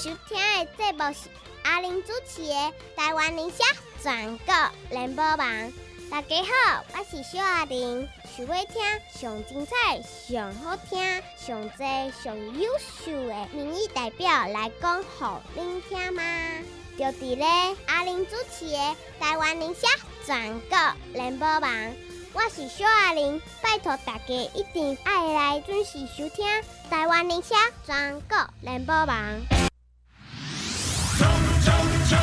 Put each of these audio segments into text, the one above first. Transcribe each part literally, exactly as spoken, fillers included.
收听的节目是阿玲主持的《台湾宁夏全国联播网》。大家好，我是小阿玲。想要听上精彩、上好听、上多、上优秀的民意代表来讲给您听吗？就伫咧阿玲主持的《台湾宁夏全国联播网》。我是小阿玲，拜托大家一定爱来准时收听台湾宁夏全国联播网。 冲冲冲！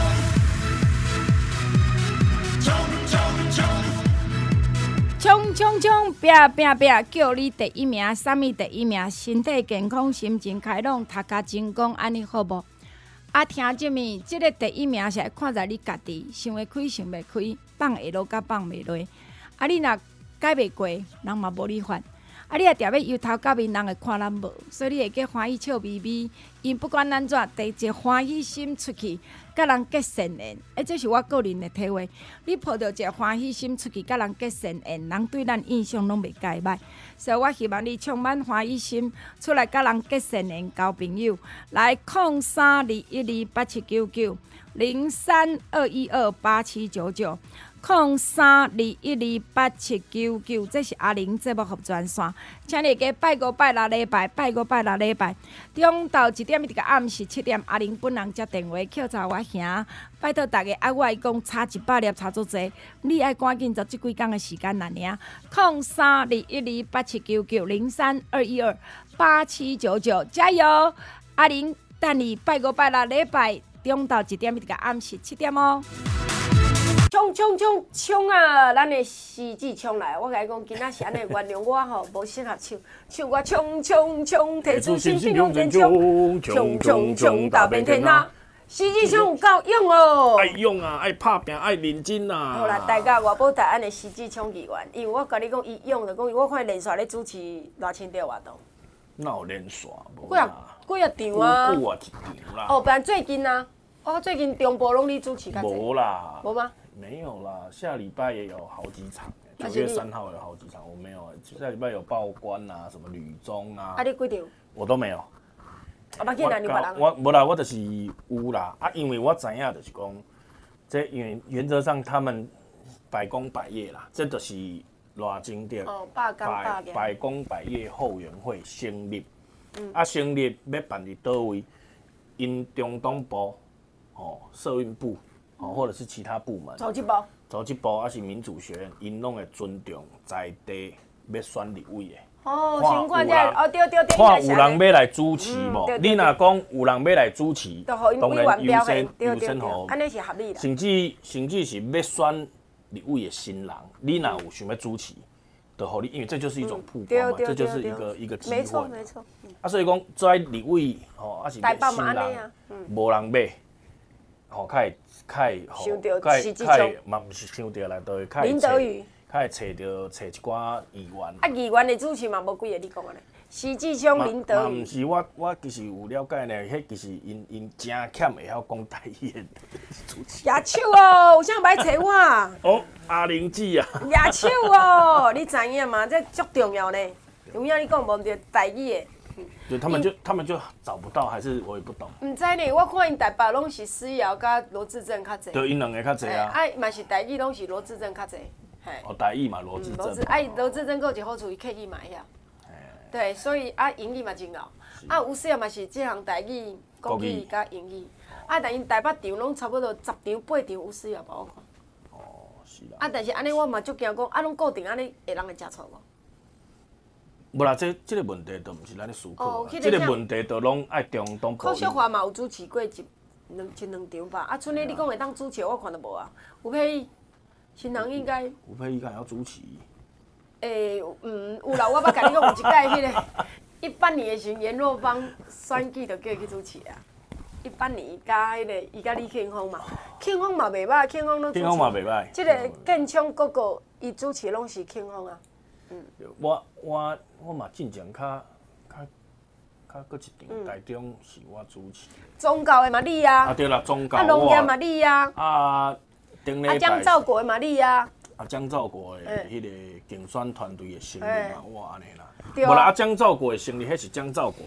冲冲冲！ 冲冲冲！拼拼拼！叫你第一名，啥物第一名？身体健康，心情开朗，读家成功，安尼好无？啊，听这物，即个第一名是会看在你家己，想会开想袂开，放会落甲放袂落。啊，你若改袂过，人嘛无你烦。啊，你若定要由头到尾，人会看咱无，所以你会计欢喜笑眯眯。因不管安怎，摕一欢喜心出去，甲人结善缘。诶，这是我个人的体会。你抱着一个欢喜心出去，甲人结善缘，人对咱印象拢袂介歹。所以我希望你充满欢喜心，出来甲人结善缘，交朋友。来，空三二一二八七九九零三二一二八七九九。零三二一二八七九九，这是阿玲节目服专线，请你加拜五拜六礼拜，拜五拜六礼拜，中昼一点一直到暗时七点，阿玲本人接电话扣查我兄，拜托大家，啊，我会讲差一百粒差足济，你爱赶紧做即几工的时间啦，尔。零三二一二八七九九零三二一二八七九九，加油！阿玲等你拜五拜六礼拜，中昼一点一直到暗时七点哦。冲冲冲冲啊！咱的狮子冲来，我甲你讲，今仔是安尼，原谅我吼，无适合唱，唱我冲冲冲，提出新新勇人冲，冲冲冲，打遍天下。狮子冲有够勇哦！ 爱勇啊，爱拍拼，爱认真啊！ 好啦，大家外宝台安尼狮子冲议员，因为我甲你讲，伊勇就讲，我看伊连续咧主持偌千条活动。 哪有连续？ 几啊几啊场啊！ 有啊一场啦。 哦，不然最近啊，哦，最近中部拢你主持较济。 无啦。 无吗？ 没有啦，下礼拜也有好几场，九月三号有好几场，我没有。下礼拜有报关啊，什么旅中啊。 啊，你几场？ 我都没有。 啊，别紧啦，你别人。 我无啦，我就是有啦。啊，因为我知影就是讲，这原原则上他们百工百业啦，这就是偌经典。 哦，百工百业。 百工百业后援会成立，嗯、啊，成立要办伫倒位？因中东部、哦，社运部。哦，或者是其他部门， 走一步， 走一步，还是民主学院，因拢会尊重在地要选立委的。 哦，先看这，哦对对对， 看有人要来主持无？你若讲有人要来主持，当然优先优先互。 安尼是合理的。 甚至甚至是要选立委的新人，你若有想要主持，就互你，因为这就是一种曝光嘛，这就是一个一个机会。 没错没错。 啊，所以讲做立委吼，还是新人，无人买。吼，较会较会吼，较会较会嘛，毋是想着啦，都会较会找，较会找着找一寡议员。 啊，议员的主持嘛，无几个你讲安尼。施志昌、林德宇。 嘛，毋是我，我其实有了解呢，迄其实因因真欠会晓讲台语的主持。 野手哦，有啥歹找我？ 哦，阿玲姐啊。 野手哦，你知影嘛？这足重要呢。有影你讲无对台语的。 就他们就他们就找不到，还是我也不懂。 唔知呢，我看因台北拢是施瑶甲罗志正较济。 对，因两个较济啊。 啊，嘛是台语拢是罗志正较济。 哦，台语嘛，罗志正。罗志， 啊，罗志正佫有一好处，伊客语嘛会晓。对，所以啊，英语嘛真老。啊，吴思瑶嘛是即项台语、国语甲英语。啊，但因台北场拢差不多十场八场吴思瑶吧，我看。 哦，是啦。 啊，但是安尼我嘛足惊讲，啊，拢固定安尼，会人会食醋无？ 无啦，这这个问题都毋是咱咧思考啦，这个问题都拢爱中东部。 柯秀华嘛有主持过一两一两场吧，啊，剩的你讲会当主持，我看到无啊。吴佩仪，新人应该。 吴佩仪敢会晓主持？ 诶，嗯，有啦，我捌甲你讲有一届迄个一八年的时候，颜若芳选举就叫伊去主持啊。一八年加迄个伊甲李庆丰嘛，庆丰嘛袂歹，庆丰拢主持。 庆丰嘛袂歹。 即个建昌哥哥伊主持拢是庆丰啊。嗯， 我我我嘛进前较较较搁一场台中是我主持。 宗教的嘛你啊。 啊对啦，宗教。 啊农业嘛你啊。 啊，顶礼拜。 啊江照国的嘛你啊。 啊江照国的迄个竞选团队的成立嘛，我安尼啦。 对啊。 无啦，啊江照国的成立，迄是江照国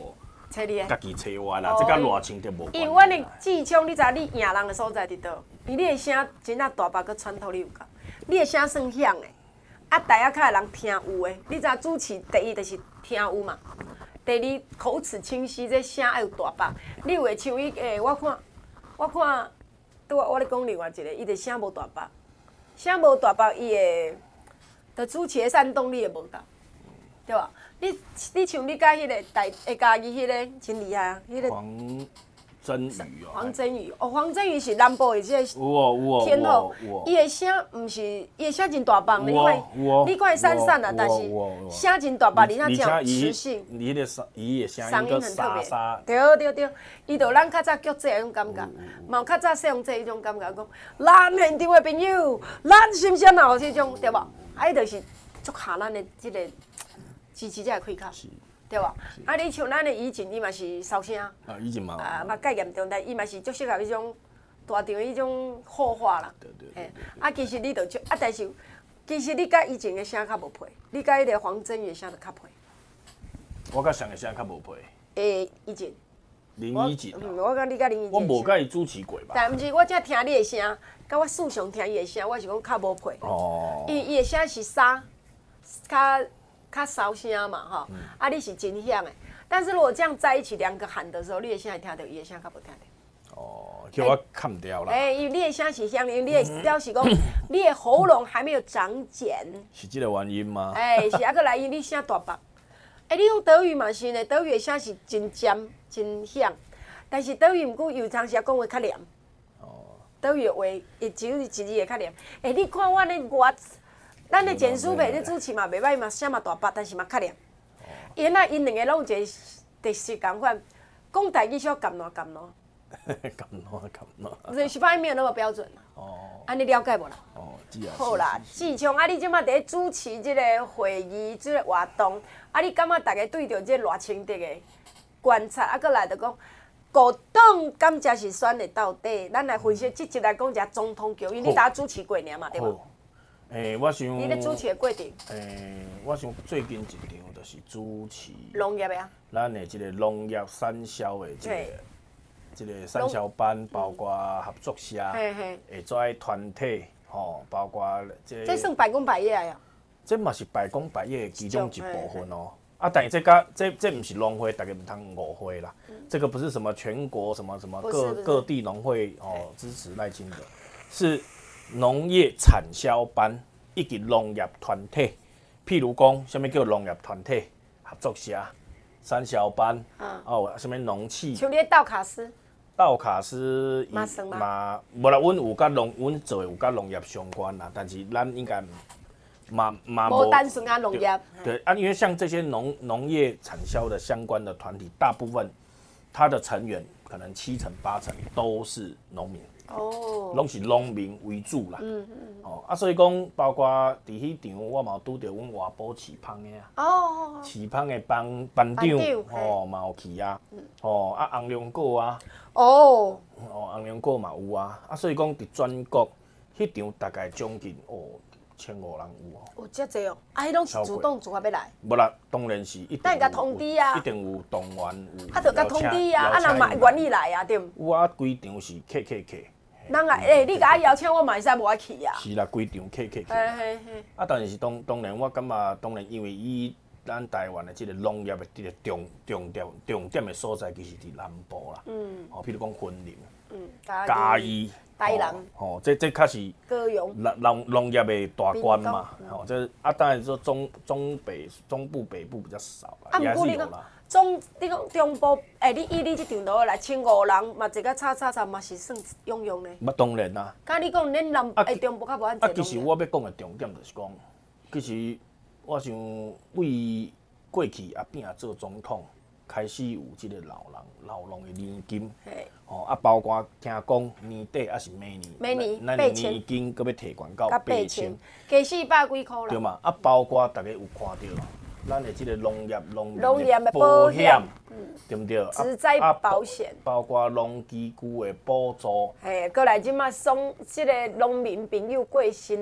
找你家己找我啦，这甲热情就无关系啦。 因为阮的志冲，你知你赢人的所在伫倒？因为你的声真正大把，佮穿透力有够。你的声算响的，啊，大家较会人听有的。你知主持第一就是听有嘛，第二口齿清晰，这声要有大把。你有会像伊诶，我看，我看，拄我我咧讲另外一个，伊的声无大把，声无大把，伊的，着主持的煽动力会无够，对吧？你你像你甲迄个台下家己迄个真厉害啊，迄个黄真宇哦。 黄真宇哦，黄真宇是南部的这个天后，伊的声毋是，伊的声真大棒，你看，你看散散啊，但是声真大棒，而且真有磁性。 伊的声，伊的声音很特别。 对对对，伊就咱较早剧节迄种感觉，嘛有较早使用这迄种感觉，讲咱现场的朋友，咱心声也有这种，对无？啊，伊就是足下咱的这个。支持才会开口，对吧？啊，你像咱的以前，伊嘛是烧声，啊， 以前嘛， 啊嘛介严重，但伊嘛是足适合迄种大场迄种好话啦。 对对对。 啊，其实你着就啊，但是其实你甲以前的声较无配，你甲迄个黄真宇的声着较配。 我甲上的声较无配。 诶，以前。 林依锦。 嗯，我甲你甲林依锦。 我无甲伊主持过吧。 但毋是，我只听你的声，甲我事上听伊的声，我是讲较无配。哦。伊伊的声是沙，较。较烧声嘛，吼，啊，你是真响的。但是如果这样在一起，两个喊的时候，你的声会听到，伊的声较无听到。 哦，叫我看唔掉啦。 哎，因为你的声是响，因为你的表示讲，你的喉咙还没有长茧。 是这个原因吗？ 哎，是啊，个来因你声大白。哎，你用德语嘛是呢？德语的声是真尖、真响，但是德语毋过有当时讲话较黏。哦。德语的话，会只有一字会较黏。哎，你看我咧我。咱的简书培咧主持嘛袂歹嘛，声嘛大把，但是嘛较黏。因啊，因两个拢有一个特色共款，讲台语小含烂含烂。 含烂含烂。 就是十八没有那么标准。哦。安尼了解无啦？ 哦，知啊。 好啦，志聪啊，你即马伫咧主持即个会议、即个活动，啊，你感觉大家对着即个热情的观察，啊，搁来着讲，国党敢才是选得到底？咱来分析即集来讲一下总统球，因为你打主持过年嘛，对无？ 诶、欸，我想。 你咧主持的过程？ 诶、欸，我想最近一场就是主持。 农业的啊。咱的即个农业产销的即、这个，即个产销班，包括合作社，会做团体，吼，包括即、這個。 这算百工百业啊？ 这嘛是百工百业的其中一部分哦。啊，但是这个这这不是农会，大家唔通误会啦。嗯、这个不是什么全国什么什么各各地农会哦支持赖清德，是。农业产销班以及农业团体，譬如讲，什么叫农业团体？合作社、产销班，嗯、哦，什么农企？ 像你道卡斯。 道卡斯嘛，无啦，阮有甲农，阮做有甲农业相关啦，但是咱应该嘛嘛无单纯啊农业。 对啊，因为像这些农农业产销的相关的团体，大部分它的成员可能七成八成都是农民。哦，拢是农民为主啦。嗯嗯。哦，啊，所以讲，包括伫迄场，我嘛有拄着阮外埔市芳的啊。哦。市芳的班班长，哦，嘛有去啊。嗯。哦，啊，红龙果啊。哦。哦，红龙果嘛有啊。啊，所以讲伫全国迄场大概将近哦千五人有哦。 哦，遮济哦。啊，迄拢是主动自发要来。 无啦，当然是一定。 但甲通知啊。 一定有动员有。 啊，着甲通知啊，啊，人嘛愿意来啊，对毋？ 有啊，规场是客客客。 人啊，诶、欸，你甲我邀请，我嘛会使无爱去啊。 是啦，规场客客客。嘿嘿嘿。啊，但是当当然，我感觉当然，因为伊咱台湾的即个农业的即个重重点重点的所在，其实伫南部啦。嗯。哦，譬如讲昆林。嗯。嘉义。 台南。 哦，这这较是。 高雄。 农农农业的大关嘛，哦，这啊，当然说中中北中部北部比较少啦，也还是有啦。 中，你讲中部，诶、欸，你以你即场落来，千五人嘛，一个叉叉叉嘛是算用用呢。 嘛当然啦。 甲你讲，恁南诶中部较无安啊，其实我要讲的重点就是讲，其实我想为过去阿扁做总统，开始有即个老人老农的年金。哦，啊，包括听讲年底还是明年， 明年咱的年金搁要提悬到八千， 加四百几块啦。 对嘛？啊，包括大家有看到。咱的即个农业农农业的保险， 对不对？ 植栽保险， 包括农机具的补助。 嘿，过来即马送即个农民朋友过身呐，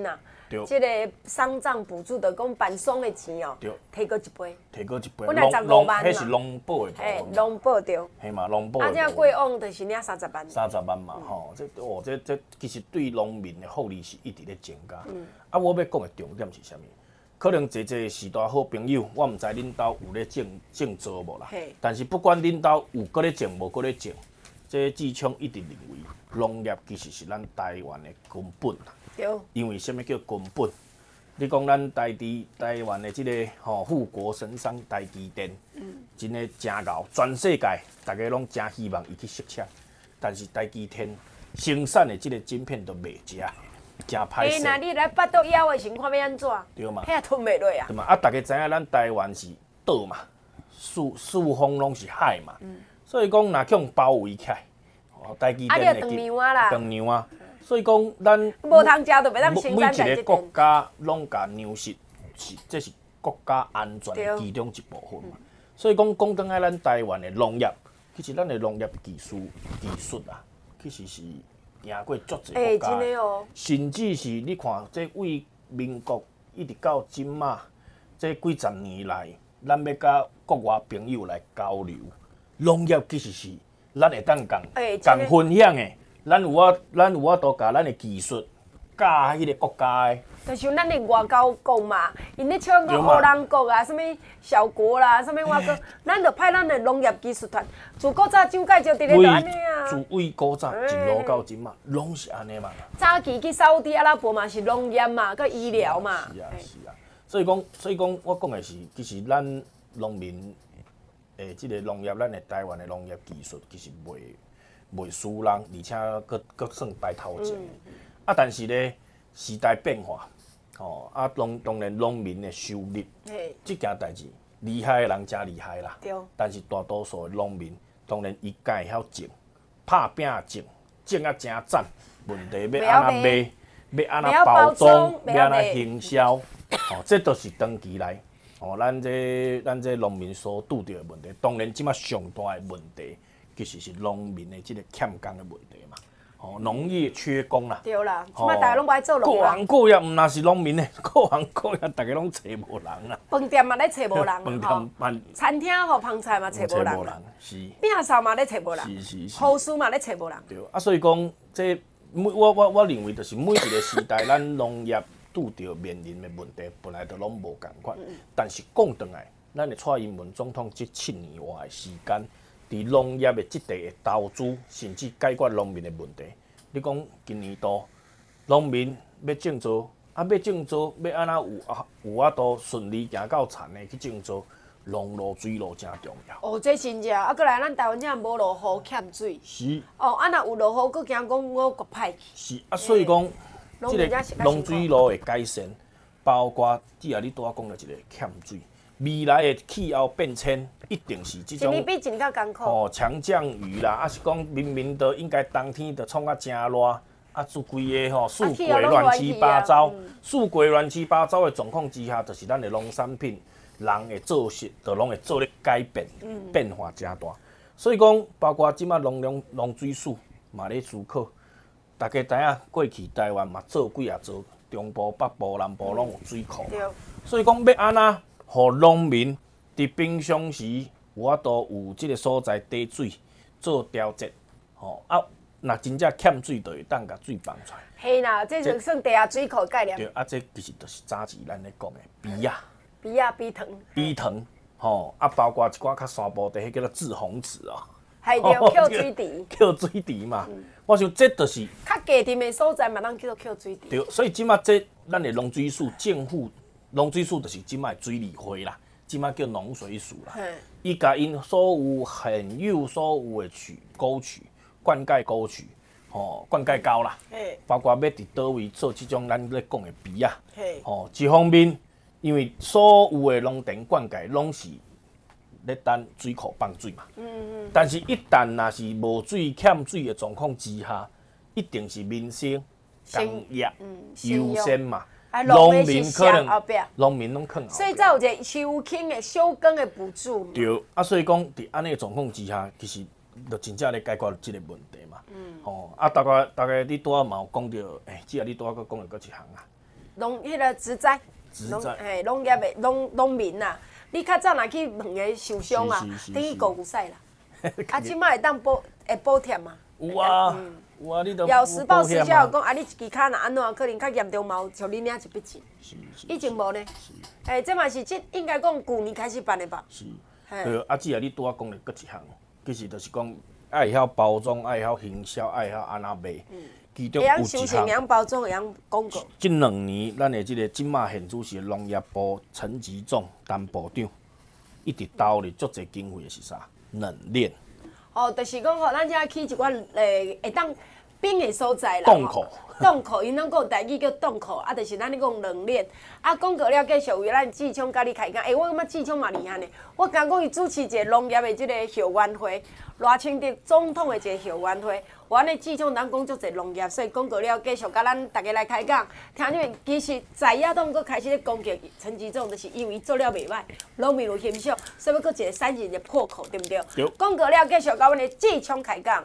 即个丧葬补助的讲办丧的钱哦，提过一倍， 提过一倍， 本来十五万嘛， 迄是农保的部嘿， 分， 农保着， 嘿嘛，农保。 啊，这过往就是领三十万， 三十万嘛，吼，这哦，这这其实对农民的福利是一直咧增加。啊，我要讲的重点是啥物？可能侪侪时代好朋友，我毋知恁兜有咧种种做无啦。但是不管恁兜有搁咧种无搁咧种，这志昌一直认为农业其实是咱台湾的根本啦。 对。 因为啥物叫根本？你讲咱台地台湾的即、这个吼、哦、富国神商台积电，嗯、真诶真牛，全世界大家拢真希望伊去设厂，但是台积电生产的即个晶片都袂食，真歹势。 哎，那你来巴肚枵的时候，看要安怎？ 对嘛？ 遐吞袂落啊。 对嘛？啊，大家知影咱台湾是岛嘛，四四方拢是海嘛，嗯、所以讲若去包围起来，哦，台积电的长娘啊啦， 长娘啊。所以讲，咱无通食就袂当生产每一个国家拢甲粮食是，这是国家安全的其中一部分嘛。所以讲，讲转来咱台湾的农业，其实咱的农业技术技术啊，其实是赢过足侪国家。 欸、真的哦。 甚至是你看，这为民国一直到今嘛，这几十年来，咱要甲国外朋友来交流，农业其实是咱会当共共分享的。咱有法，咱有法度甲咱的技术教迄个国家的。 就像咱的外交国嘛，因咧唱个荷兰国啊，什物小国啦，什物外国，咱就派咱的农业技术团，自古早蒋介石伫咧就安尼啊。 自为古早一路到今嘛，拢是安尼嘛。 早期去沙烏地阿拉伯嘛是农业嘛，佮醫療嘛。 是啊是啊，所以讲，所以讲，我讲的是，其實咱農民誒，即個農業，咱的台灣的農業技術其實袂。袂輸人，而且佫佫算排頭前。嗯、啊，但是咧時代變化，哦，啊，當當然農民的收入，即件代志厲害的人真厲害啦。但是大多數的農民，當然伊敢會曉種，拍拼種，種啊真讚，問題要安怎賣，要安怎包裝，要安怎行銷，哦，這都是長期來，哦，咱這咱這農民所拄到的問題，當然即馬上大的問題。其實是農民的即個欠工的問題嘛，哦，農業缺工啦。 對啦，即馬大家攏無愛做農業。 各行各業毋若是農民的，各行各業大家攏找無人啦。 飯店嘛咧找無人， 飯店辦餐廳吼烹菜嘛找無人。找無人是。餅掃嘛咧找無人。 是是是。 護士嘛咧找無人。 對，啊，所以講，這每我我我認為，就是每一個時代，咱農業拄着面臨的問題，本來就攏無共款。但是講轉來，咱的蔡英文總統這七年外的時間。伫農業的即地的投資，甚至解決農民的問題。你講今年度農民要種作，啊要種作，要安怎有啊有法度順利行到田的去種作，農路水路真重要。 哦，這真正，啊，過來咱台灣這無落雨欠水。 是。哦， 啊若有落雨，佫驚講我國歹去。 是啊，所以講，即個農水路的改善，包括只下你拄仔講到一個欠水。未來的氣候變遷一定是這種哦強降雨啦，啊是講明明都應該冬天就創啊真熱，啊做規個吼四季亂七八糟，四季亂七八糟的狀況之下，就是咱的農產品人的作息就攏會做咧改變，嗯、變化真大。所以講，包括即馬農糧農水署嘛咧思考，大家知影過去台灣嘛做幾啊做，中部、北部、南部攏有水庫，嗯、所以講要安怎？互農民佇平常時有法度有即個所在底水做調節，吼啊，若真正欠水，就會當甲水放出來。 係啦，這就算地下水庫概念。 對，啊，這其實就是早期咱咧講的陂啊。 陂啊，陂塘。 陂塘，吼啊，包括一寡較山部地，迄叫做滯洪池哦。 係對，扣水池。 扣水池嘛，嗯、我想這就是較低沉的所在嘛，咱叫做扣水池。 對，所以即馬這咱的農水署政府。農水署就是即賣水利會啦，即賣叫農水署啦。伊甲因所有現有所有的渠、溝渠、灌溉溝渠，吼灌溉溝啦，包括要佇倒位做即種咱咧講的陂啊，吼一方面，因為所有的農田灌溉攏是咧等水庫放水嘛。嗯嗯。但是，一旦若是無水欠水的狀況之下，一定是民生工業優先嘛。農民可能，農民攏坑後。 所以才有一個休耕的休耕的補助。 對，啊，所以講佇安尼的狀況之下，其實就真正咧解決即個問題嘛。嗯。吼、哦，啊，大概大概你拄仔嘛有講到，誒、欸，只下你拄仔佫講到佫一項啊， 农迄个植栽， 植栽， 嘿，农业的农农民呐，你较早若去问个受伤啊，等于狗骨赛啦。啊，即摆会当补会补贴嘛？ 有啊，有啊，你都有时报时才有讲，啊，你一支骹若安怎，可能较严重嘛，有像你领一笔钱。以前无呢。哎，这嘛是即应该讲旧年开始办的吧？ 是。对，啊，只啊，你拄仔讲的搁一项，其实就是讲爱晓包装，爱晓行销，爱晓安那卖。其中有一项。会晓会包装，会晓广告。 即两年，咱的即个金马县主席农业部陈吉仲陈部长，一直投入足侪经费的是啥？冷链。 哦，就是讲吼，咱遮去一寡诶会当冰的所在啦。 档口。 档口，因拢讲台语叫档口，啊，就是咱咧讲冷链。啊，广告了继续为咱志昌甲你开讲，诶、欸，我感觉志昌嘛厉害呢。我刚讲伊主持一个农业的即个校园会，赖清德总统的一个校园会。我安尼志昌咱讲足侪农业，所以广告了继续甲咱大家来开讲。听见其实在野党佫开始咧攻击陈吉仲，就是因为做了袂歹，农民有欣赏，所以佫一个产业的破口，对不对？ 对。 广告了继续甲阮的志昌开讲。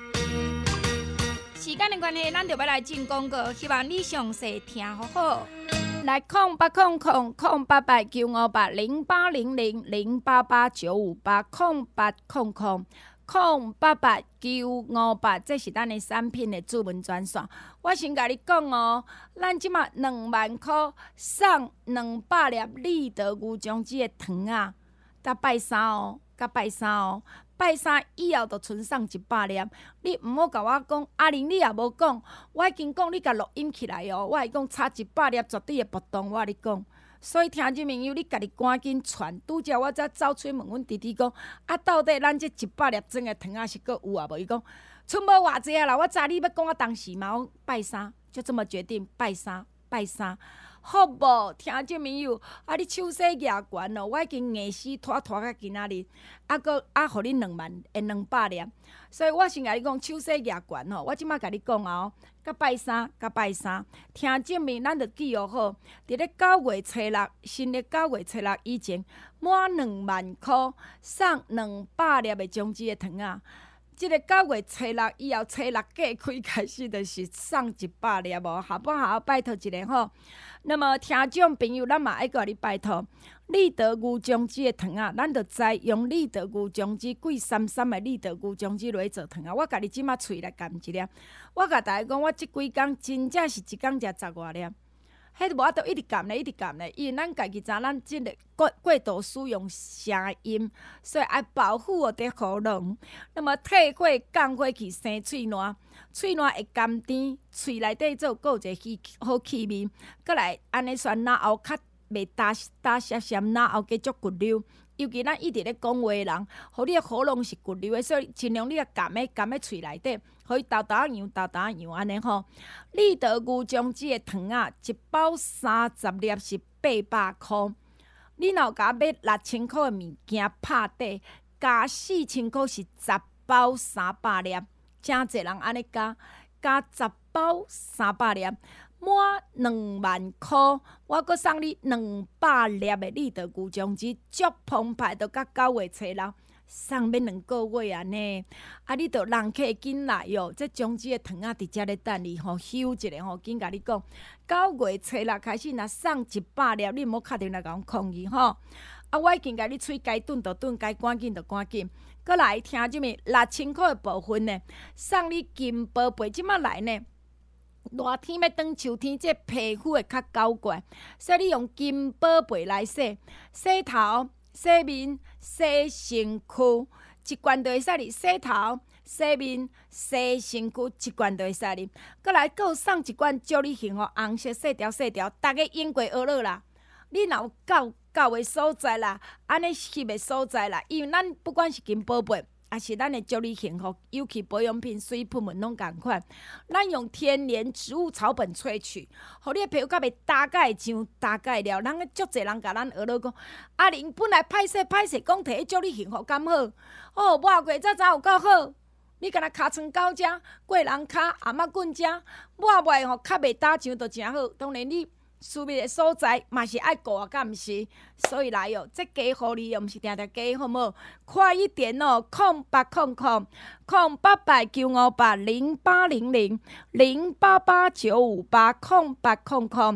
时间的关系，咱就要来进广告，希望你详细听好好。来，空八空空空八八九五八零八零零零八八九五八空八空空空八八九五八，这是咱的产品的主文专线。我先甲你讲哦，咱即马两万块送两百粒立德牛种子的糖啊，甲拜三哦，甲拜三哦。拜三以后就剩送一百粒，你毋好甲我讲，阿玲你也无讲，我已经讲你甲录音起来哦，我会讲差一百粒绝对会波动，我你讲。所以听众朋友，你家己赶紧传，拄则我才走出问阮弟弟讲，啊，到底咱这一百粒装的糖啊是阁有啊无？伊讲，剩无偌济啊啦，我知你要讲我当时嘛，我拜三就这么决定，拜三拜三。好无，听众朋友，啊！你手势举悬哦，我已经硬死拖拖到今仔日，啊，搁啊，互你两万诶两百粒，所以我先甲你讲，手势举悬吼，我即摆甲你讲哦，甲拜三，甲拜三，听证明咱着记号好，伫咧九月初六，新历九月初六以前，满两万箍送两百粒的种子的糖啊！即个九月初六以后，初六假开开始，就是送一百粒无，好不好？拜托一下吼。那么听众朋友，咱嘛爱甲你拜托，立德牛种子的糖啊，咱着知用立德牛种子贵三三的立德牛种子来做糖啊。我家己即马喙来含一粒，我甲大家讲，我即几工真正是一工食十外粒。迄无法度一直含咧，一直含咧，因为咱家己知咱即个过过度使用声音，所以爱保护我的喉咙。那么退火降火去生喙烂，喙烂会甘甜，喙内底做有一个气好气味，搁来安尼算若后较袂打打涩涩，若后继续骨溜。尤其咱一直咧讲话的人，互你的喉咙是骨溜的，所以尽量你啊含咧含咧喙内底，互伊豆豆仔样豆豆仔样安尼吼。立德牛种子的糖啊，一包三十粒是八百箍。你若甲买六千箍的物件拍底，加四千箍是十包三百粒，真侪人安尼加，加十包三百粒。满两万箍，我阁送你两百粒的立德牛种子，足澎湃，到到九月初六，送免两个月安尼。啊，你着人客紧来哟，这种子的糖啊，伫遮咧等你吼，休一下吼，紧甲你讲，九月初六开始，若送一百粒，你毋好敲电来甲阮抗议吼。啊，我已经甲你喙该炖就炖，该赶紧就赶紧。阁来听即物六千箍的部分呢，送你金宝贝，即马来呢。热天要转秋天，这皮肤会较高怪，所以你用金宝贝来洗，洗头、洗面、洗身躯，一罐就会使你洗头、洗面、洗身躯，一罐就会使你。搁来，搁送一罐祝你幸福红色细条细条，逐个用过学了啦。你若有到到的所在啦，安尼翕的所在啦，因为咱不管是金宝贝。也是咱的祝你幸福，尤其保养品、水喷们拢共款。咱用天然植物草本萃取，互你的皮肤较袂打解像打解了。人个足侪人甲咱学了讲，阿玲本来歹势歹势，讲摕祝你幸福敢好？哦，抹过早早有够好。你敢若尻川到遮，过人骹阿嬷棍遮，抹袂吼较袂打上，就诚好。当然你。私密的所在嘛是爱顾啊，敢毋是？所以来哦，这加互你又毋是定定加，好无？快一点哦，空八空空空八八九五八零八零零零八八九五八空八空空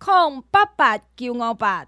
空八八九五八。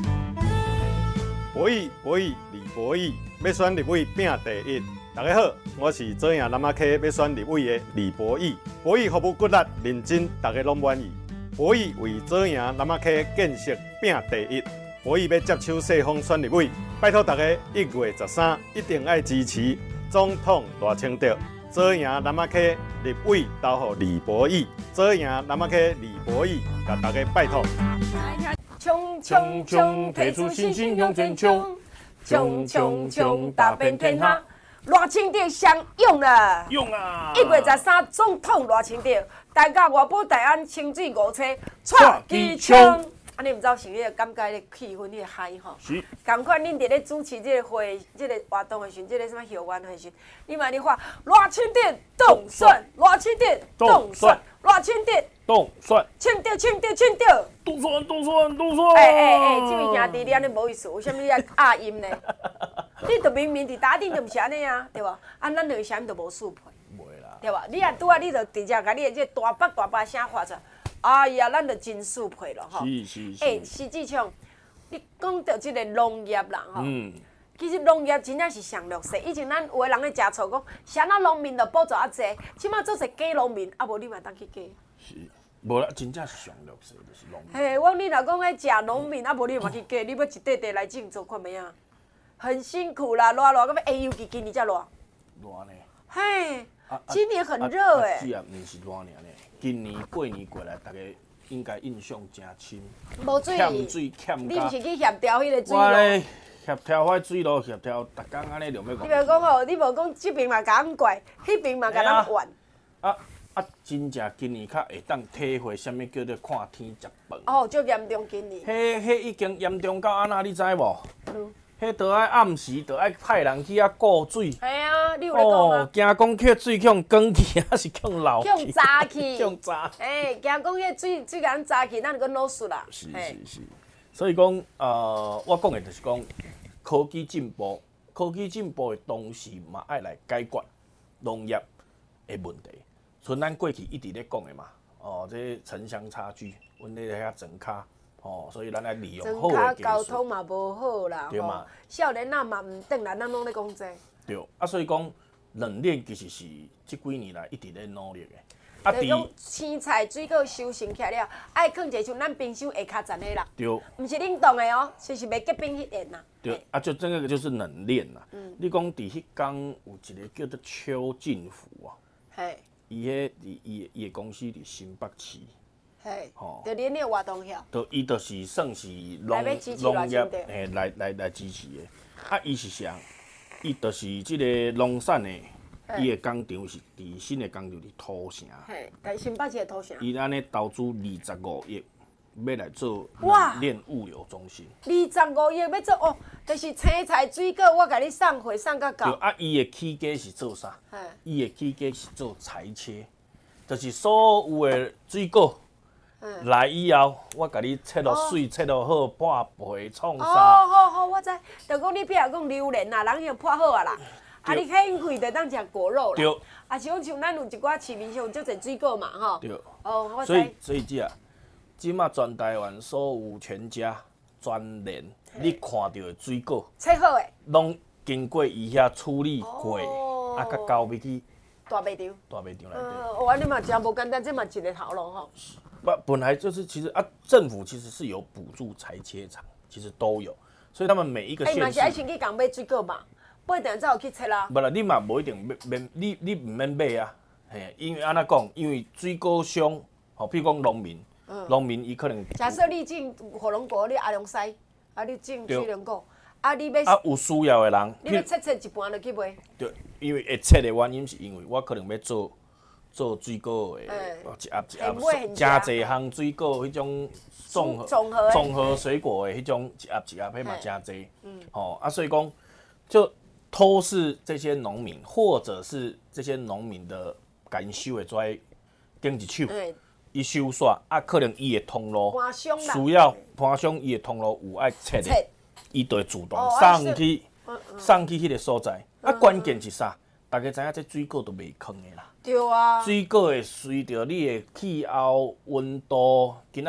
博弈博弈李博弈，要选立委拼第一。大家好，我是左营南马溪要选立委的李博弈。博弈服务骨力认真，大家拢满意。博弈为左营南马溪建设拼第一。博弈要接手世丰选立委，拜托大家一月十三一定要支持总统赖清德。左营南马溪立委投予李博弈，左营南马溪李博弈，甲大家拜托。 冲冲冲，提出信心向前冲，冲冲冲，打遍天下。赖清德上用了， 用啊！ 一月十三，总统赖清德，大家外保大安清水五车，蔡机枪。安尼毋知道是迄个感觉，迄个气氛，迄个嗨吼。 是。 共款恁伫咧主持这个会，这个活动的时，这个什么校园的时，你嘛你看赖清德动选，赖清德动选，赖清德动选， 清德清德清德， 动选动选动选。 哎哎哎，这位兄弟你安尼无意思，为什么你爱压音呢？你著明明伫打顶就毋是安尼啊，对无？啊，咱两个声音著无速配， 袂啦， 对无？你啊拄啊，你著直接甲你的这大北大北声发出来，哎呀，咱著真速配咯吼。 是是是。 哎，实际上，你讲到即个农业啦吼， 嗯， 其实农业真正是上弱势。以前咱有个人咧食醋讲，啥那农民著补助啊济，即马做者假农民，啊无你嘛当去假。 是，无啦，真正是上弱势，就是农民。 嘿，我你若讲爱食农民，啊无你嘛去假，你要一块地来种做看咩啊？很辛苦啦，热热，到尾，哎，尤其今年才热。 热呢？ 嘿，今年很热哎。 是啊，毋是热尔呢。今年过年过来，大家应该印象真深。 无水。 欠水欠你毋是去协调迄个水路？ 我咧协调迄水路，协调，逐工安尼就要讲。 你无讲吼，你无讲这边嘛甲咱怪，迄边嘛甲咱怨。 啊啊！真正今年较会当体会什么叫做看天食饭。 哦，足严重今年。 迄迄已经严重到安那，你知无？ 嗯。 迄着爱暗时着爱派人去遐顾水。 系啊，你有咧讲啊？ 惊讲去水向光去，还是向流去？ 向炸去。 向炸。 哎，惊讲迄水水甲咱炸去，咱就搁老输啦。 是是是。所以讲，呃，我讲的就是讲，科技进步，科技进步的同时嘛，爱来解决农业的问题。像咱过去一直咧讲的嘛，哦，这城乡差距，阮咧遐庄卡。哦，所以咱来利用好的技术。 交通嘛无好啦， 对嘛？ 少年仔嘛毋转来，咱拢咧讲这。 对，啊，所以讲冷链其实是这几年来一直咧努力的。 啊，就是讲青菜水果收成起来了，爱放一个像咱冰箱下骹层的啦。 对。 毋是冷冻的哦，就是袂结冰迄个啦。 对，啊，就这个就是冷链啦。嗯。你讲伫迄天有一个叫做邱进福啊。 嘿。 伊迄伊伊伊公司伫新北市。 嘿，就恁咧活动遐， 就伊就是算是农农业诶来来来支持的。啊，伊是啥？伊就是即个农产的，伊的工厂是伫新的工厂伫土城。 嘿，但新北市的土城。 伊安尼投资二十五亿，要来做冷链物流中心。 二十五亿要做哦，就是青菜水果，我甲你送货送到到。 对啊，伊的起家是做啥？伊的起家是做裁切，就是所有的水果。来以后，我甲你切落水，切落好，破皮创啥？ 哦，好好，我知。就讲你比如讲榴莲啊，人已经破好啊啦。啊，你开开就当食果肉啦。 对。 啊，像像咱有一寡市面上有足侪水果嘛，吼。 对。 哦，我知。 所以所以这，即马全台湾所有全家、全联，你看到的水果， 切好诶， 拢经过伊遐处理过，啊，甲交尾去大卖场。 大卖场内底。 哦，安尼嘛真无简单，这嘛一个头路吼。 不，本来就是其实啊，政府其实是有补助裁切厂，其实都有，所以他们每一个县市。哎， 嘛是爱先去共买水果嘛，不一定才有去切啦。 不啦，你嘛无一定免，你你唔免买啊，嘿，因为安怎讲？因为水果商，吼，譬如讲农民，农民伊可能。 假设你种火龙果，你阿龙西，啊，你种水龙果，啊，你要。 啊，有需要的人。 你要切切一半就去买。 对，因为会切的原因是因为我可能要做。做水果的，一盒一盒，真侪项水果，迄种综合综合水果的迄种一盒一盒，迄嘛真侪。哦啊，所以讲，就都是这些农民，或者是这些农民的甘收的跩顶一手，伊收煞啊，可能伊的通路需要盘商伊的通路有爱切的，伊就会主动送去送去迄个所在。啊，关键是啥？大家知影这水果都袂空的啦。 对啊。 水果会随着你的气候、温度，今仔日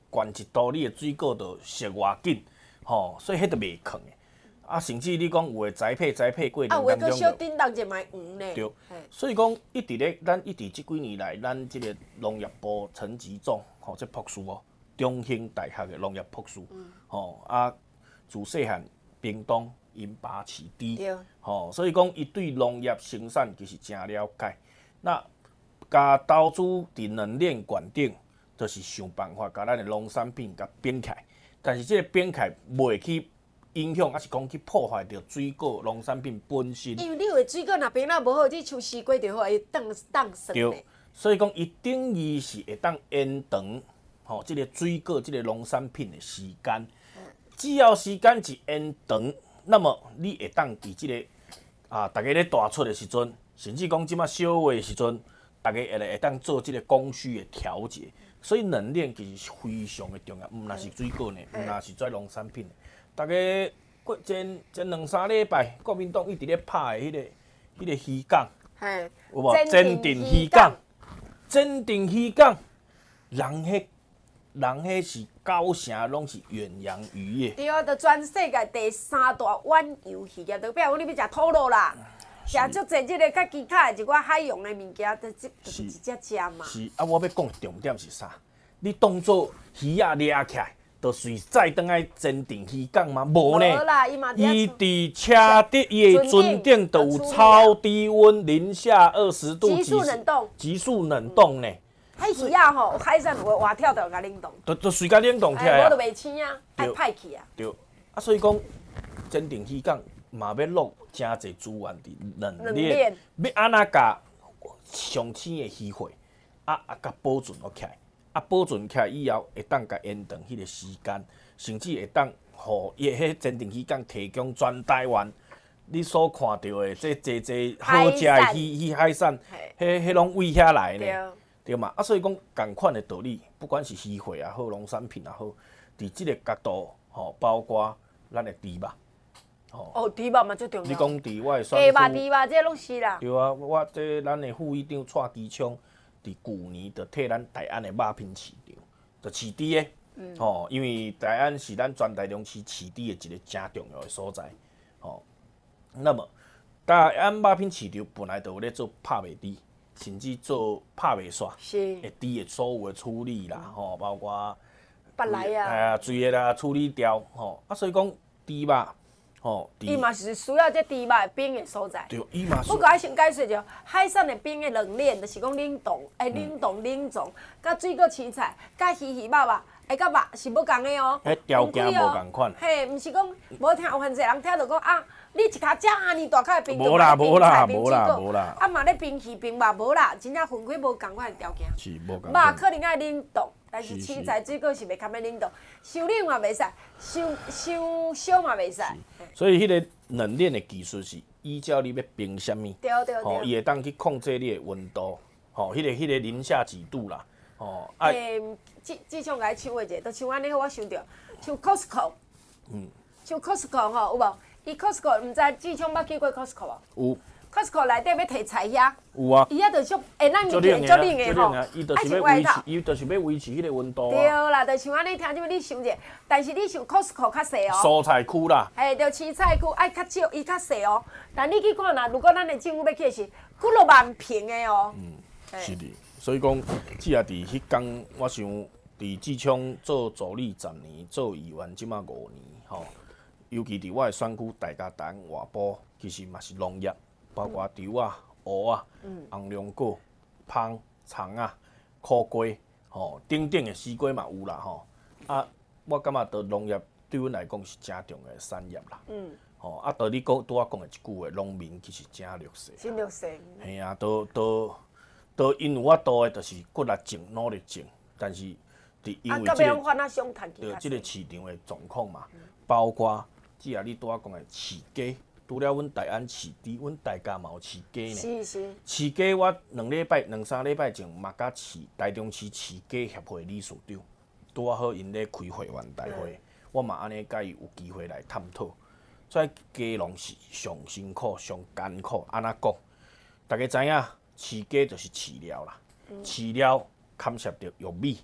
悬一度，你的水果就熟偌紧，吼，所以迄就袂囥的。啊，甚至你讲有诶栽培栽培过程啊，有诶当中佫小叮当就卖黄呢。 对，所以讲一直咧，咱一直即几年来，咱即个农业部陈吉仲，吼，即博士哦，中兴大学诶农业博士，吼、嗯、啊，自细汉屏东因爸饲猪，吼，所以讲伊对农业生产其实真了解。那加投资伫冷链管顶，就是想办法甲咱诶农产品甲变起来，但是即个变起来袂去影响，还是讲去破坏着水果农产品本身。 因为你有的水果若变啊无好，你像西瓜就好，会当当生的。 对，所以讲伊等于是会当延长吼，即、这个水果、即、这个农产品的时间。只要时间是延长，那么你会当伫即个啊，大家咧大出的时阵，甚至讲即马小话的时阵，大家会来会当做即个供需的调节。所以冷链其实是非常的重要，毋若是水果呢，毋若是做农产品。大家过前前两三礼拜，国民党一直咧拍的迄、那个、迄、那个鱼港，有无？坚定鱼港，坚定鱼港，人迄人迄是九成拢是远洋渔业。 对啊，就全世界第三大远游渔业，就比如讲你要食土螺啦，食足济即个较其他的一寡海洋的物件，就即就是一只只嘛。 是啊，我要讲的重点是啥？你当做鱼啊掠起来。就随再倒来坚定渔港吗？无呢，伊伫车顶伊的船顶就有超低温，零下二十度， 急速冷冻， 急速冷冻呢。 迄鱼啊吼，海产有活跳就甲冷冻， 就就随甲冷冻起来啊。 无就袂青啊，爱歹去啊。 对，啊，所以讲坚定渔港嘛要落真侪资源伫冷链，要安怎甲上青的渔获啊啊甲保存落起来。啊，保存起来以后，会当甲延长迄个时间，甚至会当互伊迄坚定渔港提供全台湾你所看到的这这这好食的鱼鱼海产，迄迄拢为遐来呢，对嘛？啊，所以讲共款的道理，不管是鱼货也好，农产品也好，伫即个角度，吼，包括咱的猪肉， 吼。哦，猪肉嘛最重要。 你讲伫我的选区，鸡肉、猪肉这拢是啦。 对啊，我这咱的副议长蔡基昌。伫旧年就替咱台安的肉品市场，就饲猪的，嗯、吼，因为台安是咱全台中市饲猪的一个真重要的所在，吼。那么台安肉品市场本来就有咧做拍卖猪，甚至做拍卖煞，诶，猪的所有的处理啦，吼，包括巴来啊， 哎呀，水的啦处理掉，吼，啊，所以讲猪肉。吼， 伊嘛是需要这猪肉的冰的所在。 对，伊嘛。 不过爱先解释着，海产的冰的冷链，就是讲冷冻、诶冷冻、冷藏，甲水果青菜、甲鱼鱼肉肉，诶甲肉是无共的哦。 迄条件无共款。 嘿，毋是讲无听有偌济人听到讲啊，你一卡只安尼大块的冰， 无啦无啦无啦无啦。 啊嘛咧冰鱼冰肉无啦，真正分开无共款的条件。 是无共。 肉可能爱冷冻。但是青菜、水果是袂堪要冷冻，伤冷嘛袂使，伤伤烧嘛袂使。 所以迄个冷链的技术是依照你要冰啥物， 对对对， 吼，伊会当去控制你的温度，吼，迄个迄个零下几度啦，吼。 诶，即即种来唱话者，就像安尼，我想着像 Costco， 嗯，像 Costco 吼，有无？伊 Costco 毋知志昌捌去过 Costco 无？有。Costco 内底要摕菜遐， 有啊， 伊遐就足会咱物件足冷的吼， 伊就是要维持，伊就是要维持迄个温度啊。 对啦，就像安尼听即摆你想者，但是你像 Costco 较细哦。 蔬菜区啦。 嘿，就青菜区爱较少，伊较细哦。但你去看啦，如果咱的政府要去是，几落万平的哦。 嗯，是的，所以讲，只要伫迄天，我想伫志昌做助理十年，做议员即马五年，吼，尤其伫我的选区大家谈外部，其实嘛是农业。包括稻啊、蚵啊、红龙果、芳、葱啊、苦瓜，吼，等等的西瓜嘛有啦，吼。啊，我感觉到农业对阮来讲是真重要的产业啦。嗯。吼，啊，到你讲拄我讲的一句话，农民其实真弱势。 真弱势。 嘿啊，都都都因有法度的，就是骨力种、努力种，但是伫因为即、这个对即个市场的状况嘛，嗯、包括只要你拄我讲的饲鸡。除了阮台安饲猪，阮大家嘛有饲鸡呢。 是是。 饲鸡我两礼拜、两三礼拜前嘛甲饲台中市饲鸡协会理事长，拄啊好因咧开会员大会，嗯、我嘛安尼甲伊有机会来探讨。所以鸡农是上辛苦、上艰苦，安怎讲？大家知影，饲鸡就是饲料啦，饲、嗯、料牵涉着玉米、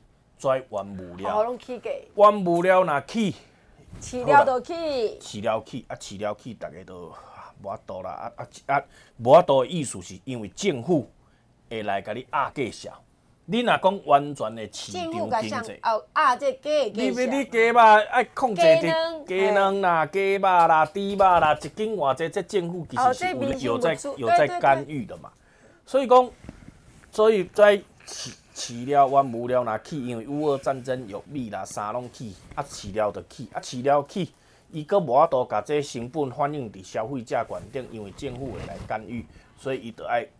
跩原物料。 哦，拢起价。 原物料若起， 饲料就起。 饲料起，啊，饲料起，大家都无法度啦。啊啊啊，无法度的意思是因为政府会来甲你压价销。你若讲完全的市场经济， 哦啊，这假的你价你鸡肉爱控制伫鸡卵啦、鸡肉啦、猪肉啦，一斤偌济，这政府其实是有有在有在干预的嘛。所以讲，所以在饲饲料原物料若起，因为乌俄战争、玉米啦、啥拢起，啊饲料就起，啊饲料起，伊阁无法度甲这成本反映伫消费者观顶，因为政府会来干预，所以伊就爱。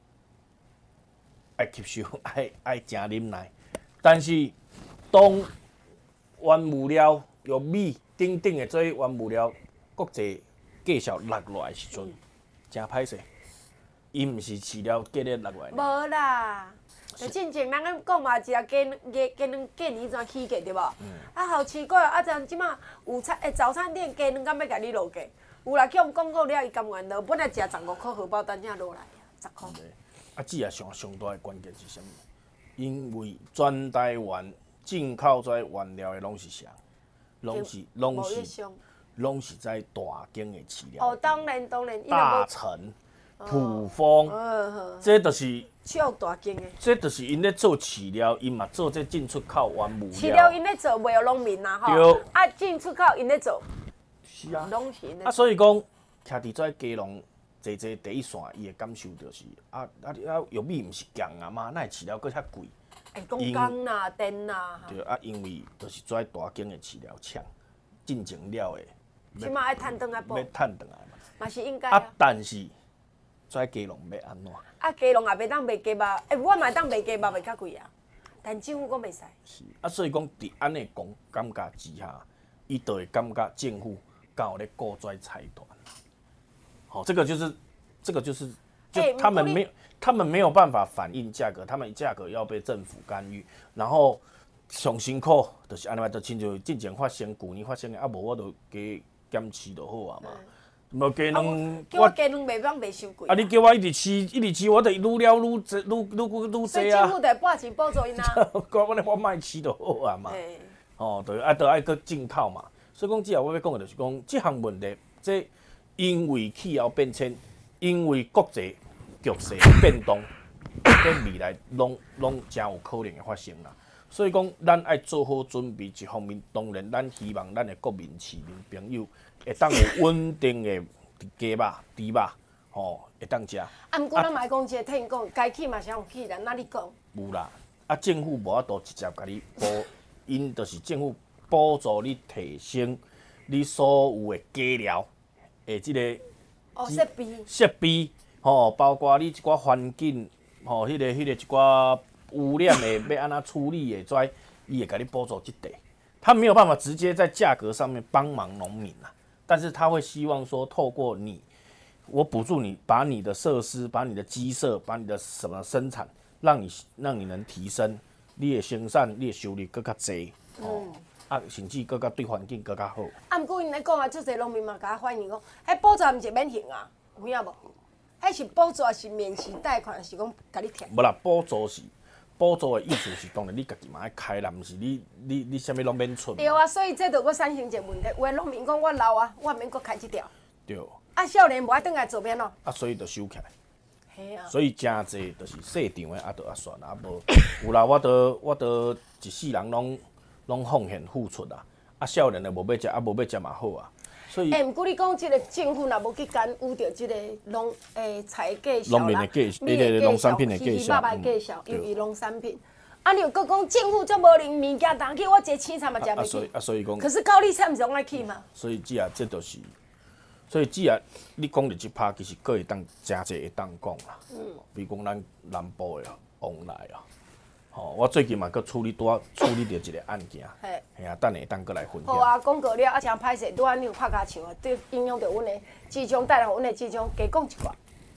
爱吸收，爱爱真忍耐，但是当原物料、玉米等等的这些原物料国际价销落落来的时阵，真歹势。伊毋是饲料价咧落来。 无啦，就进前咱咧讲嘛，一下鸡鸡鸡卵过年怎起价对无？啊，好奇怪，啊，像即马午餐诶早餐店鸡卵敢要甲你落价？有啦，叫我们广告了，伊甘愿落，本来食十五块荷包蛋才落来啊，十块。 啊，只也上上大的关键是啥物？因为全台湾进口在原料的拢是啥？拢是拢是拢是在大间的饲料。 哦，当然当然。 大成、普丰， 哦、 这就是超大间的。 这就是因咧做饲料，因嘛做这进出口原物料。 饲料因咧做，袂有农民啦吼。 对。 啊，进出口因咧做。 是啊。 拢是咧。 啊，所以讲，徛伫遮鸡笼。坐坐第一线，伊的感受就是，啊啊啊，玉米毋是强啊嘛，哪会饲料搁遐贵？ 会讲工啦、电啦。 对啊，因为就是跩大间的饲料厂进前了的， 起码爱趁转来补。 要趁转来嘛。 嘛是应该啊。啊，但是跩鸡笼要安怎？ 啊，鸡笼也袂当卖鸡肉，诶、欸，我嘛当卖鸡肉卖较贵啊，但政府讲袂使。 是啊，所以讲伫安尼讲感觉之下，伊就会感觉政府敢有咧顾跩财团。好，这个就是，这个就是，就他们没有，他们没有办法反映价格，他们价格要被政府干预，然后上辛苦就是安尼嘛，就亲像之前发生，去年发生的，啊无我就加减饲就好啊嘛，无鸡卵， 叫我鸡卵袂当袂收贵。 啊，你叫我一直饲，一直饲，我就愈了愈济，愈愈愈愈济啊。所以政府得拨钱补助因啊。 我我我卖饲就好啊嘛，哦，对，啊，都爱搁进口嘛，所以讲，只要我要讲的就是讲，这项问题，这。因为气候变迁，因为国际局势变动，在未来拢拢真有可能会发生啦。所以讲，咱爱做好准备。一方面，当然咱希望咱的国民市民朋友会当有稳定的鸡肉、猪肉，吼会当食。 啊，毋过咱嘛讲一个听讲，该起嘛是有起啦，哪里讲？ 有啦，啊，政府无法度直接甲你补，因就是政府补助你提升你所有的鸡寮。诶，即个哦设备设备吼，包括你一寡环境吼，迄个迄个一寡污染的要安怎处理的，跩伊会甲你补助即块。他没有办法直接在价格上面帮忙农民啊，但是他会希望说，透过你，我补助你，把你的设施、把你的鸡舍、把你的什么生产，让你让你能提升你的生产、你的收入更较济哦。嗯啊，甚至更加对环境更加好。 啊，毋过因咧讲啊，足侪农民嘛，甲我反映讲，迄补助毋是免还啊，有影无？迄是补助是免息贷款，是讲甲你贴。 无啦，补助是补助的意思是当然你家己嘛爱开啦，毋是你你你啥物拢免出。 对啊，所以这就搁产生一个问题，有诶农民讲我老啊，我免搁开即条。 对。 啊，少年无爱倒来做免咯。 啊，所以就收起来。 系啊。 所以真侪就是市场的啊，都啊算啊，无有啦，我都我都一世人拢。拢奉献付出啊！啊，少年的无要食，啊无要食嘛好啊。所以， 诶，毋过你讲即个政府若无去干预着即个农诶菜价销啦，米的农产品的价销，肉肉价销，因为农产品。啊，你又搁讲政府足无能物件，当去我一个青菜嘛食袂起。 啊，所以讲。 可是高丽菜毋是拢爱去嘛？ 所以只啊，这就是，所以只啊，你讲着即拍，其实佫会当真侪会当讲啦。嗯。比如讲咱南部的往来啊。吼，我最近嘛搁处理拄啊处理着一个案件，嘿啊，等下当搁来分享。 好啊，讲过了啊，真歹势，拄安你有拍骹枪啊，对影响到阮的志向，带来阮的志向，加讲一寡。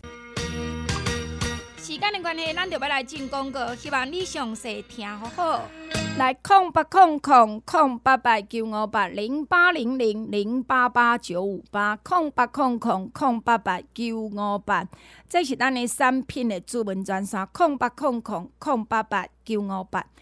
时间的关系，咱就要来进广告，希望你详细听好好。来，空八空空空八八九五八零八零零零八八九五八空八空空空八八九五八，这是咱的产品的主文专线，空八空空空八八九五八。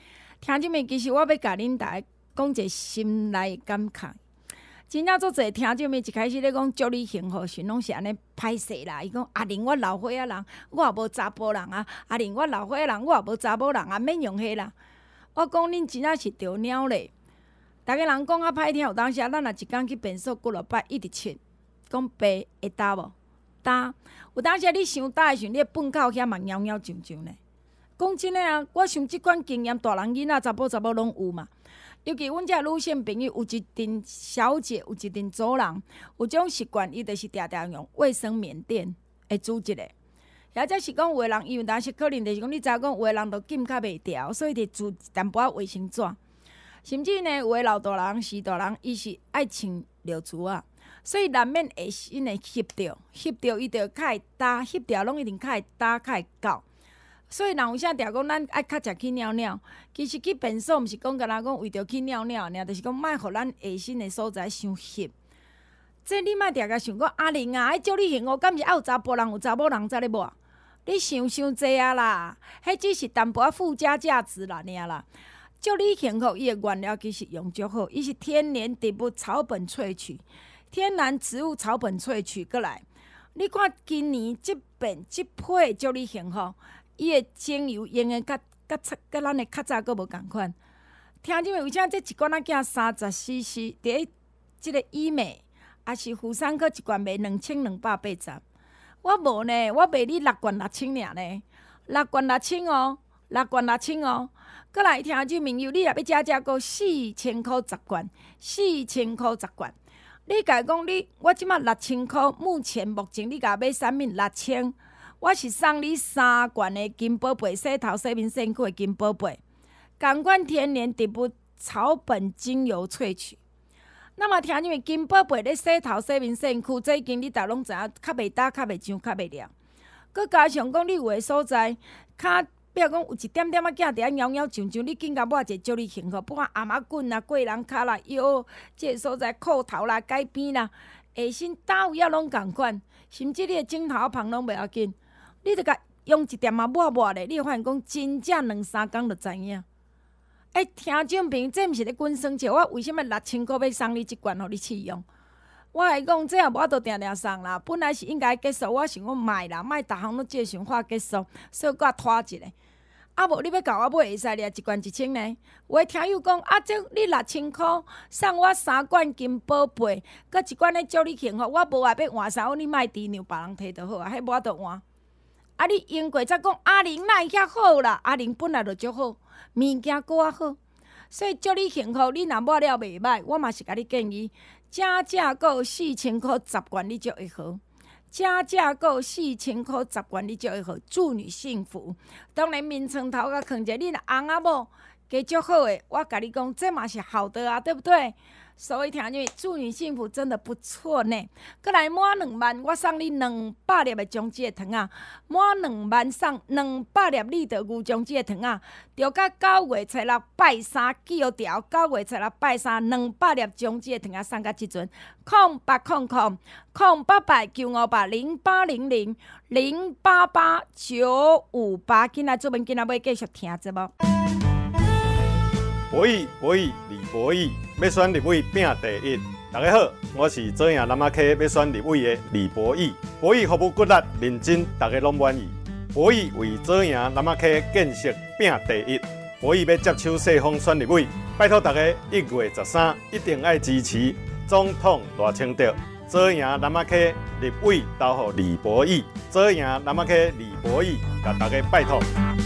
听即面，其实我要甲恁大家讲一个心内感慨。真正足侪听即面一开始咧讲祝你幸福时，拢是安尼歹势啦。伊讲阿玲，我老岁仔人，我也无查甫人啊。阿玲，我老岁仔人，我也无查某人啊，免用迄啦。我讲恁真正是着鸟咧。逐个人讲啊歹听，有当时啊，咱若一工去便所几落摆，一直切，讲爸会打无？打。有当时你伤打的时阵，你粪口遐嘛袅袅上上咧。讲真诶啊，我想即款经验，大人囡仔、查甫查某拢有嘛。尤其阮遮女性朋友，有一阵小姐，有一阵组人，有种习惯，伊就是定定用卫生棉垫会煮一个。或者是讲有诶人，因为当时可能就是讲，你知影讲有诶人都禁较袂调，所以得煮一淡薄仔卫生纸。甚至呢，有诶老大人、时大人，伊是爱穿尿珠啊，所以难免会因会翕着，翕着伊就较会打，翕着拢一定较会打，较会搞。所以人有啥定讲，咱爱较早去尿尿。其实去便所，毋是讲甲咱讲为着去尿尿尔，就是讲莫互咱下身的所在伤翕。这你莫定个想讲阿玲啊，爱祝你幸福，敢是爱有查甫人有查某人才咧抹？你想伤济啊啦！迄只是淡薄仔附加价值啦，尔啦。祝你幸福，伊的原料其实用足好，伊是天然植物草本萃取，天然植物草本萃取过来。你看今年即遍即批祝你幸福。伊的精油用的甲甲甲咱的较早佫无共款。听即位为啥这一罐仔囝三十 C C， 伫即个医美，也是妇产科一罐卖两千两百八十。我无呢，我卖你六罐六千尔呢，六罐六千哦，六罐六千哦。过来听即朋友，你若要食食个四千箍十罐，四千箍十罐。你甲讲你，我即马六千箍，目前目前你甲买啥物六千？我是送你三罐的金宝贝洗头洗面身躯的金宝贝，同款天然植物草本精油萃取。那么听因为金宝贝咧洗头洗面身躯，这已经你逐拢知影，较袂打、较袂痒、较袂凉。佮加上讲你有诶所在，较比如讲有一点点仔囝伫遐袅袅上上，你紧甲抹一个祝你幸福，不管阿妈棍啦、过人骹啦、腰即个所在、裤头啦、改边啦，下身倒有影拢共款，甚至你诶枕头旁拢袂要紧。你著甲用一点仔抹抹咧，你会发现讲真正两三工就知影。哎，听众朋友，这毋是咧滚生笑，我为什么六千箍要送你即罐，互你试用？我来讲，这也无法度定定送啦。本来是应该结束，我想讲卖啦，卖逐项拢即个想法结束，所以我拖一个。啊无你要甲我买会使咧，一罐一千呢？有诶听友讲啊，这你六千箍送我三罐金宝贝，佮一罐咧祝你幸福，我无话要换衫，你莫低让别人摕就好啊，迄无法度换。啊！你用过才讲阿玲哪会遐好啦？阿玲本来就足好，物件搁较好，所以祝你幸福。你若抹了袂歹，我嘛是甲你建议，正正够四千箍十罐，你就会好。正正够四千箍十罐，你就会好。祝你幸福。当然面床头甲囥者，你若翁仔某加足好诶，我甲你讲，这嘛是好的啊，对不对？所以听见祝你幸福真的不错呢。过来满两万，我送你两百粒的姜子的糖啊！满两万送两百粒立德牛姜子的糖啊！就到九月初六拜三记好条，九月初六拜三两百粒姜子的糖啊，送到即阵。空八空空空八八九五八零八零零零八八九五八，今仔做文今仔要继续听节目。 博弈博弈李博弈要选立委拼第一。大家好，我是左营南仔溪要选立委的李博弈。博弈服务骨力认真，大家拢满意。博弈为左营南仔溪建设拼第一。博弈要接手世丰选立委，拜托大家一月十三一定要支持总统赖清德。左营南仔溪立委投予李博弈，左营南仔溪李博弈，甲大家拜托。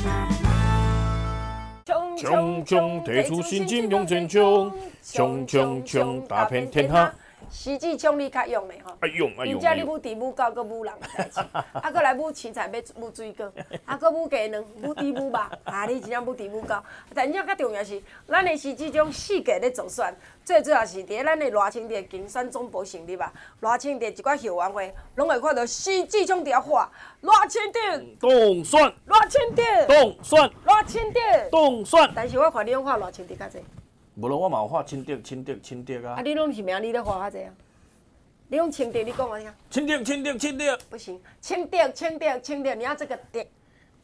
冲冲提出新金融全冲，冲冲冲打遍天下。 实际冲你较用的吼， 爱用爱用。 因遮你母猪母狗佮母人的代志，啊，佮来母青菜要母水果，啊，佮母鸡卵、母猪母肉，啊，你真正母猪母狗。但正较重要是，咱的实际种四界咧做选，最主要是伫咱的赖清德竞选总部成立啊，赖清德一寡校员会，拢会看到实际种伫遐画，赖清德当选， 赖清德当选， 赖清德当选。 但是我看你拢画赖清德较济。 无咯，我嘛有画清德、清德、清德啊。 啊，你拢是名，你咧画较济啊？你用清德，你讲我听。 清德、清德、清德。 不行，清德、清德、清德，你要这个德，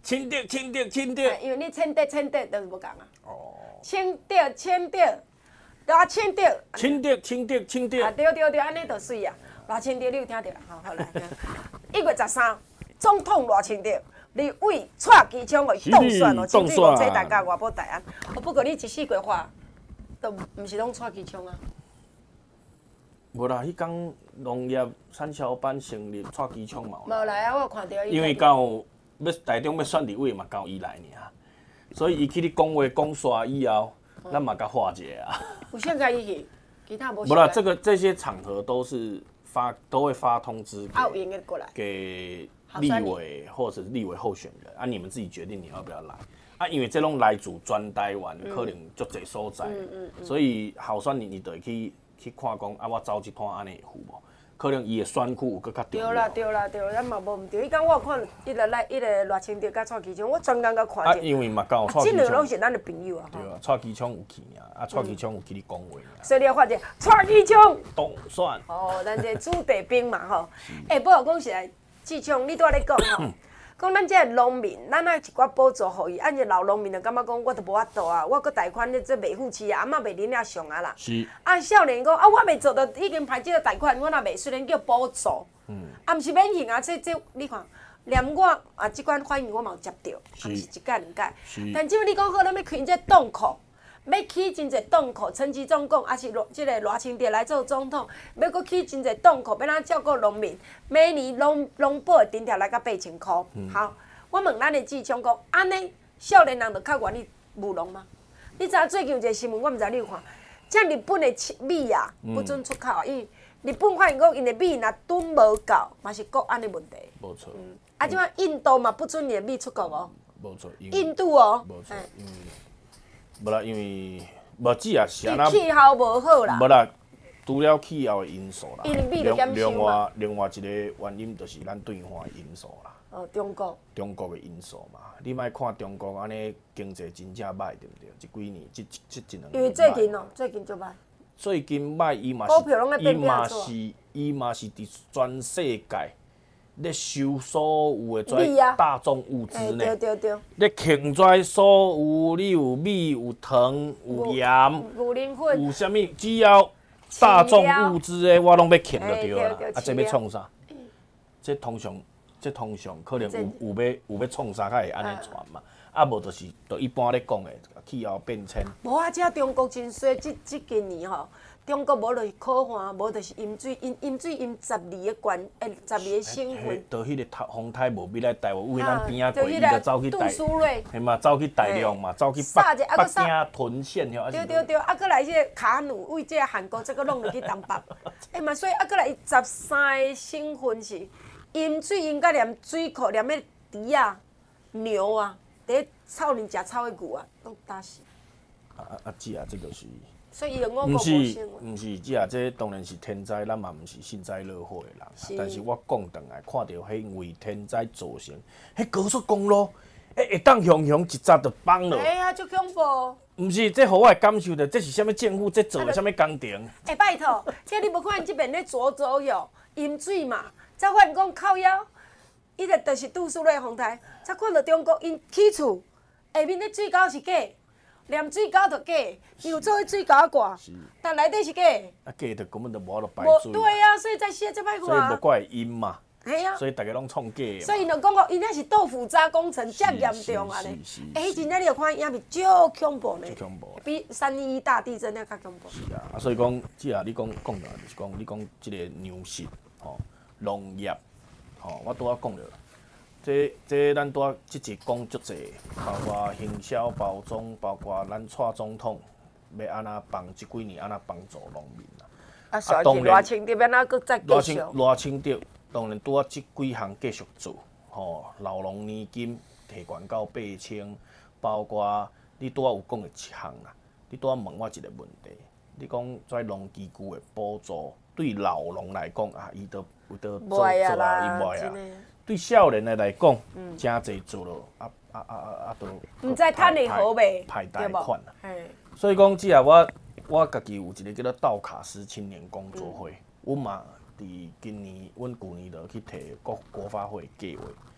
清德清德清德， 因为你清德清德都是无共啊。 哦， 清德清德，偌清德。 清德清德清德。 啊对对对，安尼就水啊，偌清德你有听到啦？好好来。一月十三，总统偌清德。立委蔡其昌互伊当选哦，真正无这大家外保大安。哦，不过你一四月话，都毋是拢蔡其昌啊。 无啦，迄天农业产销班成立蔡其昌嘛。 无来啊，我有看到伊。 因为到要台中要选立委嘛，到伊来尔，所以伊去咧讲话讲煞以后，咱嘛甲化解啊。 有先甲伊去，其他无。 无啦，这个这些场合都是发都会发通知啊，有闲的过来。 给立委或者是立委候选人啊，你们自己决定你要不要来啊，因为这种来自专台湾，可能足侪所在，嗯嗯嗯、所以候选人你得去去看讲啊，我走一趟安尼会有无？可能伊的选区有搁较重要。 对啦对啦对，咱嘛无毋对。伊讲我有看伊个来伊个赖清德甲蔡其昌，我专工甲看者。 啊，因为嘛刚好蔡其昌。 这两拢是咱的朋友啊。 对啊，蔡其昌有去尔，啊蔡其昌有去你讲话尔。 所以你要发现蔡其昌当选。 哦，咱这子弟兵嘛吼。哎，不过讲实在。志昌，你拄仔咧讲吼，讲咱这农民，咱爱一寡补助互伊，按这老农民就感觉讲我都无法度啊，我搁贷款咧这袂付起啊，阿嬷袂恁遐上啊啦。 是。 啊，少年讲啊，我袂做到已经排这个贷款，我若袂虽然叫补助，嗯，啊，毋是免还啊，这这你看，连我啊，即款反应我嘛有接到，啊，是一届两届，但即摆你讲好，咱要开这冻库。要起真侪冻库，陈其总讲，也是即个赖清德来做总统，要搁起真侪冻库，要哪照顾农民？每年农农保的津贴来到八千箍。嗯、好，我问咱的志昌讲，安尼少年人就较愿意务农吗？你知影最近有一个新闻，我毋知你有看，像日本的米啊不准出口啊，因为日本发现讲因的米若吨无够，嘛是国安的问题。 无错。 嗯，啊，即摆印度嘛不准伊的米出国哦。 无错。 印度哦。 无错，因为。无啦，因为无只也是安那。 气候无好啦。 无啦，除了气候的因素啦， 另另外另外一个原因就是咱对华的因素啦。 哦，中国。 中国的因素嘛，你莫看中国安尼经济真正歹，对毋对？即几年，即即一两年。 因为最近哦，最近就歹。 最近歹，伊嘛是， 伊嘛是，伊嘛是伫全世界。咧收所有的跩大众物资呢， 对对对， 咧庆跩所有，你有米有糖有盐， 牛奶粉， 有啥物只要大众物资的，我拢要庆就对啦。啊，这要创啥？这通常，这通常可能有有要有要创啥，才会安尼传嘛。啊，无就是就一般咧讲的气候变迁。 无啊，遮中国真衰，即即今年吼。中国无就是可汗，无就是淹水，淹淹水淹十二个县，诶，十二个省份。 就迄个风台无必来台湾，为咱边仔过，伊就走去台，系嘛，走去大陆嘛，走去北北京屯县遐。 对对对，啊，搁来即个卡努，为即个韩国这个弄落去东北，诶嘛，所以啊，搁来十三个省份是淹水淹甲连水库连迄猪啊、牛啊，伫草林食草的牛啊，拢打死。 啊啊啊！姐啊，这个是。 所以我毋是，毋是，即啊，这当然是天灾，咱嘛毋是幸灾乐祸的人。但是我讲转来，看到迄为天灾造成，迄高速公路，诶，会当雄雄一砸就崩了。 哎呀，足恐怖！ 毋是，这互我感受到，这是啥物政府在做的啥物工程？ 哎，拜托，这你无看因即边咧左左右淹水嘛？才发现讲靠腰，伊个就是杜苏芮风台，才看到中国因起厝下面咧水沟是假。连水沟就假，伊有做迄水沟挂，但内底是假。 啊，假就根本就无法度排水。 对啊，所以才写这歹看。 所以无怪阴嘛。 系啊。 所以大家拢创假。 所以就讲讲，伊那是豆腐渣工程，遮严重安尼。哎，真正你有看影片，足恐怖呢。 足恐怖。 比三一一大地震那较恐怖。 是啊，啊，所以讲，即啊，你讲讲到就是讲，你讲即个粮食吼，农业吼，我拄仔讲着。这这咱拄仔即集讲足济，包括行销包装，包括咱蔡总统要安那帮即几年安那帮助农民啦。 啊，所以赖清德要哪搁再继续？ 赖清德当然拄仔即几项继续做，吼，老农年金提悬到八千，包括你拄仔有讲的一项啦，你拄仔问我一个问题，你讲在农机具的补助对老农来讲啊，伊都有得做做啊，伊袂啊。对少年的来讲，真侪做咯，啊啊啊啊啊，都毋知趁会好袂， 排贷款啦。所以讲，只下我我家己有一个叫做道卡斯青年工作会，阮嘛伫今年，阮旧年就去提国国发会计划，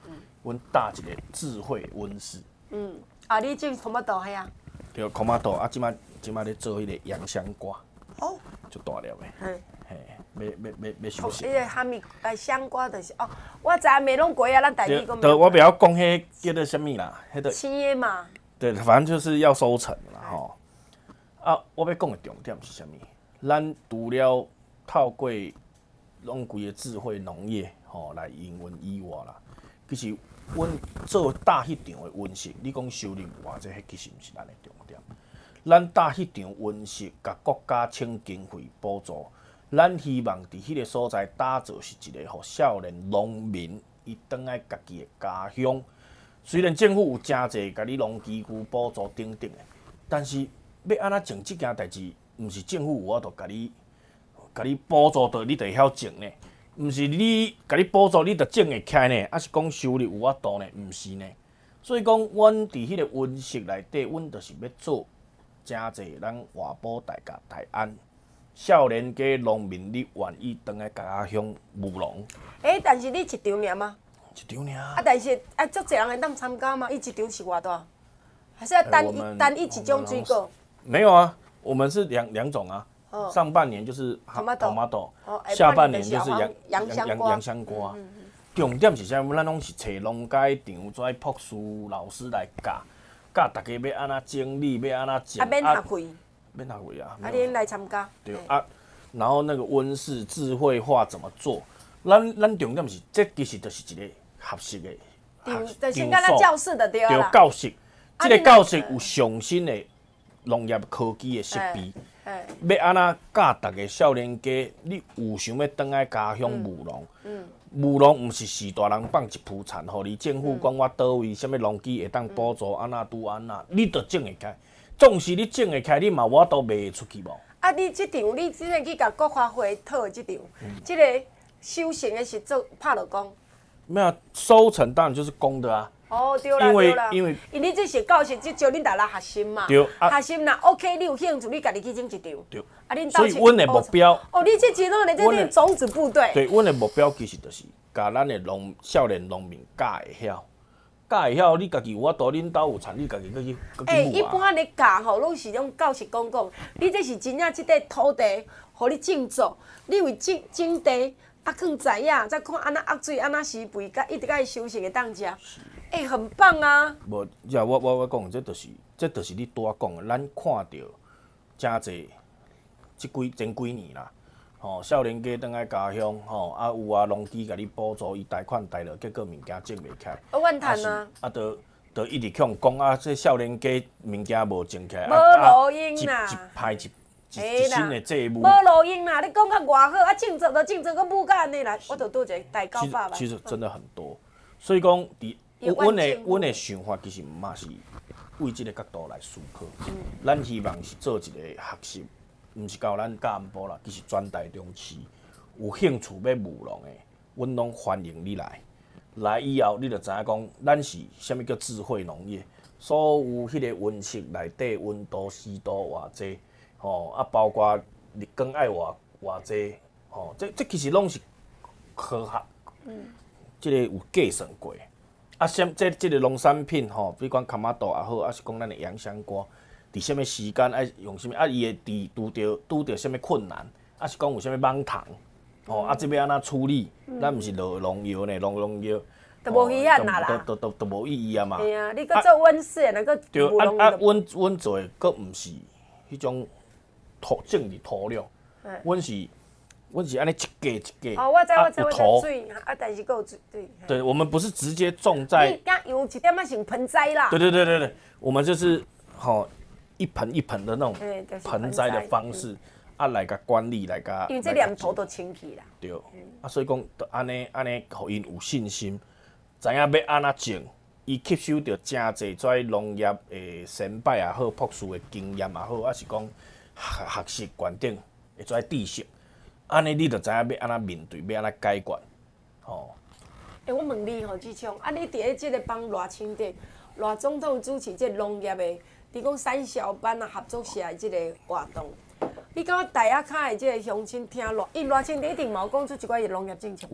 阮搭一个智慧温室。 嗯，啊，你种토마토嘿啊？ 对，토마토啊，即摆即摆咧做迄个洋香瓜。 哦。 就大粒的。 嘿。 嘿，要要要要休息。 迄个哈密呃香瓜就是哦，我知影拢过啊，咱家己讲。 对，我不要讲迄叫做什么啦，迄个。 青叶嘛。 对，反正就是要收成啦吼。啊，我要讲的重点是啥物？咱除了透过拢规个智慧农业吼来营运以外啦，其实阮做大迄场的温室，你讲收入偌济，迄其实毋是咱的重点。咱大迄场温室，甲国家请经费补助，咱希望伫迄个所在打造是一个互少年农民伊倒来家己的家乡。虽然政府有真侪甲你农机具补助等等的，但是要安怎种即件代志，毋是政府有法度甲你甲你补助到，你就会晓种呢？毋是你甲你补助，你就种会起来呢？还是讲收入有法度呢？毋是呢。所以讲，阮伫迄个温室内底，阮就是要做真侪咱外埔大甲台安少年家农民，你愿意倒来家乡务农？ 诶，但是你一场尔吗？ 一场尔。 啊，但是啊，足侪人会当参加吗？伊一场是偌大？还是要单一、欸、单一一种水果？ 没有啊，我们是两两种啊。哦、上半年就是tomato，哦、下半年就是洋洋洋洋香瓜。嗯嗯嗯、重点是啥？咱拢是找农改场做博士老师来教，教大家要安怎整理，要安怎种。 啊，免学费。 免学费啊。 啊，恁来参加。 对啊，然后那个温室智慧化怎么做？咱咱重点是，这其实就是一个合适的。 场就先甲咱教室的对啦。 对，教室，这个教室有上新的农业科技的设备。要安怎教大家少年家？你有想要倒来家乡务农？嗯，务农毋是是大人放一铺田，互你政府讲我倒位，什么农机会当补助安那拄安那，你着种会开。总是你种会开，你嘛有法度卖出去无？ 啊，你即场你真正去甲国发会讨的即场，即、嗯、个收成的是做拍落工。 没有收成当然就是公的啊。 哦，对啦，对啦， 因为因为这是教室，即招恁大家学生嘛。 对啊。 学生若 OK， 你有兴趣，你家己去种一场。 对。 啊，恁所以，阮的目标。 哦，你这阶段的这个种子部队。 对，阮的目标其实就是，甲咱的农少年农民教会晓，教会晓，你家己有法度，恁兜有田，你家己去去去诶，一般咧教吼，拢是种教室讲讲，你这是真正即块土地，互你种作，你为种种地。啊，放知影，再看安那压水，安那施肥，甲一直甲伊收成会当食，哎、欸，很棒啊！ 无，呀，我我我讲，这就是，这就是你拄仔讲的，咱看到真侪，即几前几年啦，吼、哦，少年家倒来家乡，吼、哦，啊有啊，农机甲你补助，伊贷款贷落，结果物件种袂起来。 啊，怨叹啊！ 啊，着着一直向讲啊，这少年家物件无种起来， 无路用啦， 一拍一。一新的债务， 无路用啦！你讲甲偌好，啊，种作就种作，佮母甲安尼来，我着倒一个大九百万。 其实真的很多，所以讲，伫阮的阮的想法其实嘛是为即个角度来思考。嗯、咱希望是做一个学习，毋是教咱教安部啦，其实全台中市有兴趣要务农的，阮拢欢迎你来。来以后，你就知影讲，咱是啥物叫智慧农业，所有迄个温室内底温度、湿度偌济。哦，啊，包括日光爱偌偌济，哦，这这其实拢是科学，嗯，即个有计算过。啊，什这这个农产品吼，比如讲卡马豆也好，啊是讲咱的洋香瓜，伫什么时间爱用什么，啊伊会伫拄着拄着什么困难，啊是讲有什么芒糖，哦，啊这要安怎处理？咱毋是落农药呢，落农药。 都无意义啦啦， 都都都无意义啊嘛。 嘿啊，你搁做温室，那个对，啊啊，阮阮做的搁毋是迄种。土种伫土壤，阮是，阮是安尼一格一格， 哦，我知我知我知水，啊，但是佫有水，对。 对，我们不是直接种在。 你敢用一点仔像盆栽啦？ 对对对对对，我们就是吼一盆一盆的那种盆栽的方式，啊来甲管理来甲。 因为这两头都清气啦。 对，啊所以讲，安尼安尼，互因有信心，知影要安怎种，伊吸收到真侪跩农业的先辈也好，博士的经验也好，啊是讲。学学习观点会做知识，安尼你就知影要安怎面对，要安怎解决，吼。 诶、欸，我问你吼，志昌，啊，你伫咧即个帮赖清德、赖总统主持即农业的，伫讲三小班啊合作社的即个活动，你感觉大家卡的即个乡亲听赖，因赖清德一定嘛有讲出一寡伊农业政策。 有啊，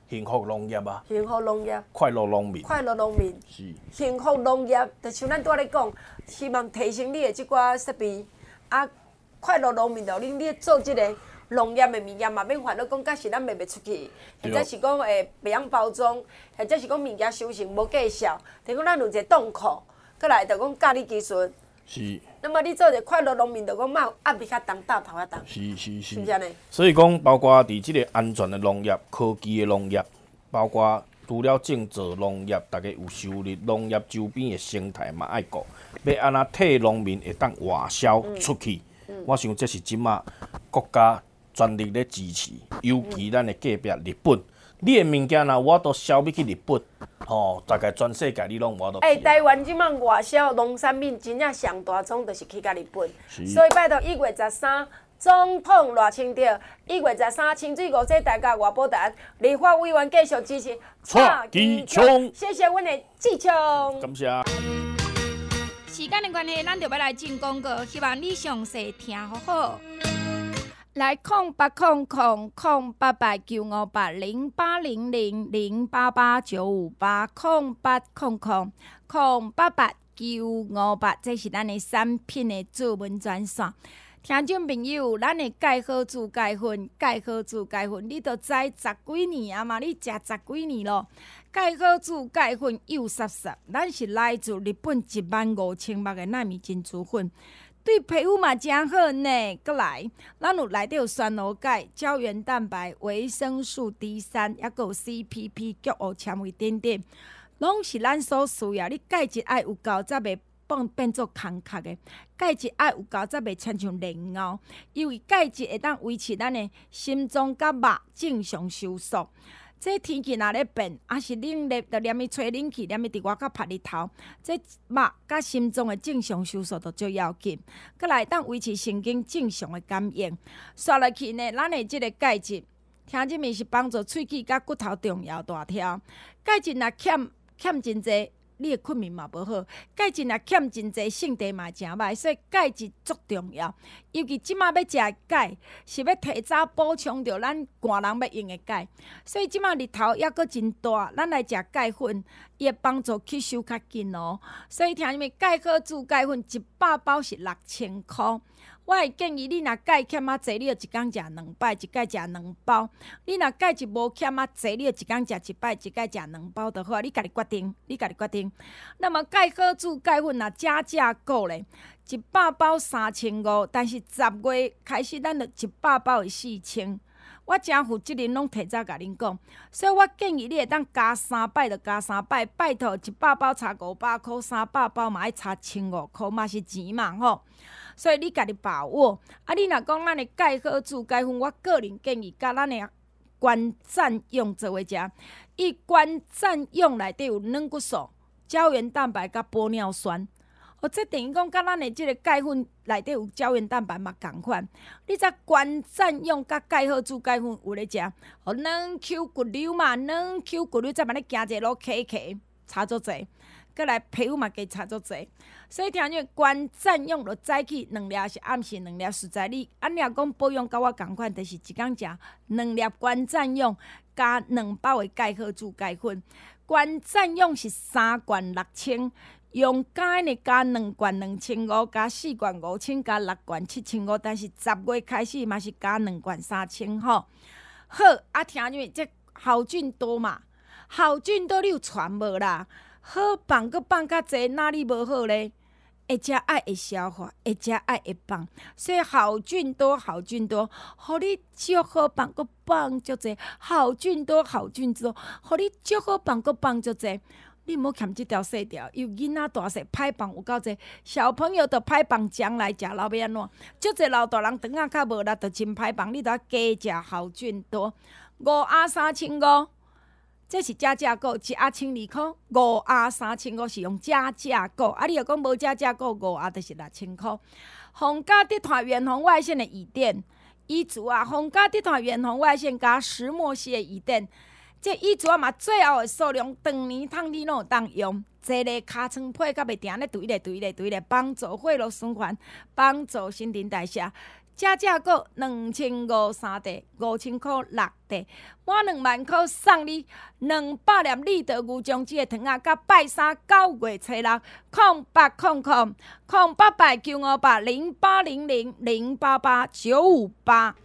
幸福农业啊， 幸福农业， 快乐农民， 快乐农民， 是幸福农业，就像咱拄仔咧讲，希望提升你的即寡设备，啊，快乐农民就恁咧做即个农业的物件嘛，免烦恼讲，假是咱卖袂出去，或者是讲诶白样包装，或者是讲物件收成无见效，等讲咱有一个档口，过来就讲教你技术。 是。 那么你做一个快乐农民，就讲嘛有压力较重，大头较重。 是是是。 是不是安尼？ 所以讲，包括伫即个安全的农业、科技的农业，包括除了种植农业，大家有收入，农业周边的生态嘛爱顾。要安怎替农民会当外销出去？嗯嗯、我想这是即马国家全力咧支持，尤其咱的隔壁日本。你的物件若我都销不去日本，吼、哦，大概全世界你拢无得。 哎、欸，台湾即马外销农产品真正上大宗，就是去甲日本。所以拜托一月十三，总统热清调，一月十三清水五节大家外保单，立法委员继续支持。 蔡基聪， 谢谢阮的志聪。 感谢。 时间的关系，咱就要来进广告，希望你详细听好好。来空八空空空八八九五八零八零零零八八九五八空八空空空八八九五八，这是咱的产品的主文专线。听众朋友，咱的钙好珠钙粉，钙好珠钙粉，你都知十几年啊嘛，你食十几年咯。钙好珠钙粉幼实实，咱是来自日本一万五千目的纳米珍珠粉。对皮肤嘛真好呢，过来，咱有内底有酸螺钙、胶原蛋白、维生素 D 三，还有 C P P 菊醺纤维等等，拢是咱所需要。你钙质爱有够，才袂变变做空壳的；钙质爱有够，才袂亲像莲藕。因为钙质会当维持咱的心脏甲肉正常收缩。这天气若咧变，还是冷热，就连伊吹冷气，连伊伫外口晒日头，这肉甲心脏的正常收缩就最要紧。佮来当维持神经正常的感应。刷落去呢，咱的即个钙质，听即面是帮助喙齿甲骨头重要大条。钙质若欠欠真济，你的困眠嘛无好。钙质若欠真济，性地嘛诚歹，所以钙质足重要。尤其即马要食钙，是要提早补充着咱寒人要用的钙。所以即马日头抑阁真大，咱来食钙粉，伊会帮助吸收较紧哦。所以听你们钙好珠钙粉一百包是六千箍。我会建议你，若钙欠啊济，你就一工食两摆，一摆食两包。你若钙质无欠啊济，你就一工食一摆，一摆食两包就好。你家己决定，你家己决定。那么钙好珠钙粉若加价购咧，一百包三千五，但是十月开始，咱就一百包是四千。我真负责任，拢提早甲恁讲，所以我建议你会当加三摆就加三摆，拜托一百包差五百箍，三百包嘛爱差千五箍，嘛是钱嘛吼。所以你家己把握。啊，你若讲咱的钙好珠钙粉，我个人建议甲咱的关赞用做伙食。伊关赞用内底有软骨素、胶原蛋白甲玻尿酸。哦，这等于讲，甲咱的即个钙粉内底有胶原蛋白嘛共款。你只关赞用甲钙好珠钙粉有咧食，哦，软 Q 骨溜嘛，软 Q 骨溜再把你行一路起起，差足济。过来皮肤嘛加差足济，所以听你关赞用就早起两粒是暗时两粒，实在你按你讲保养甲我共款，就是一工食两粒关赞用加两包的钙好珠钙粉。关赞用是三罐六千，用加呢加两罐两千五，加四罐五千，加六罐七千五，但是十月开始嘛是加两罐三千吼。好，啊听你这好菌多嘛，好菌多你有传无啦？好放阁放较济，哪里无好咧？会食爱会消化，会食爱会放，所以好菌多，好菌多，互你足好放阁放足济，好菌多，好菌多，互你足好放阁放足济。你莫欠即条细条，因为囡仔大细歹放有够济，小朋友着歹放，将来食老要安怎？足济老大人肠仔较无力，着真歹放，你着加食好菌多，五盒三千五。这是加价购，一盒千二箍，五盒三千五是用加价购。啊，你若讲无加价购，五盒就是六千箍。皇家地毯远红外线的椅垫，椅子啊，皇家地毯远红外线加石墨烯的椅垫，这椅子啊嘛，最后的数量，长年通你拢有当用。坐咧尻川配，甲袂定咧，对咧对咧对咧，帮助血液循环，帮助新陈代谢。 加价购两千五三袋，五千块六袋，满两万块送你两百粒立德牛浆鸡的糖仔，甲拜三九月初六，空八空空空八八九五八零八零零零八八九五八。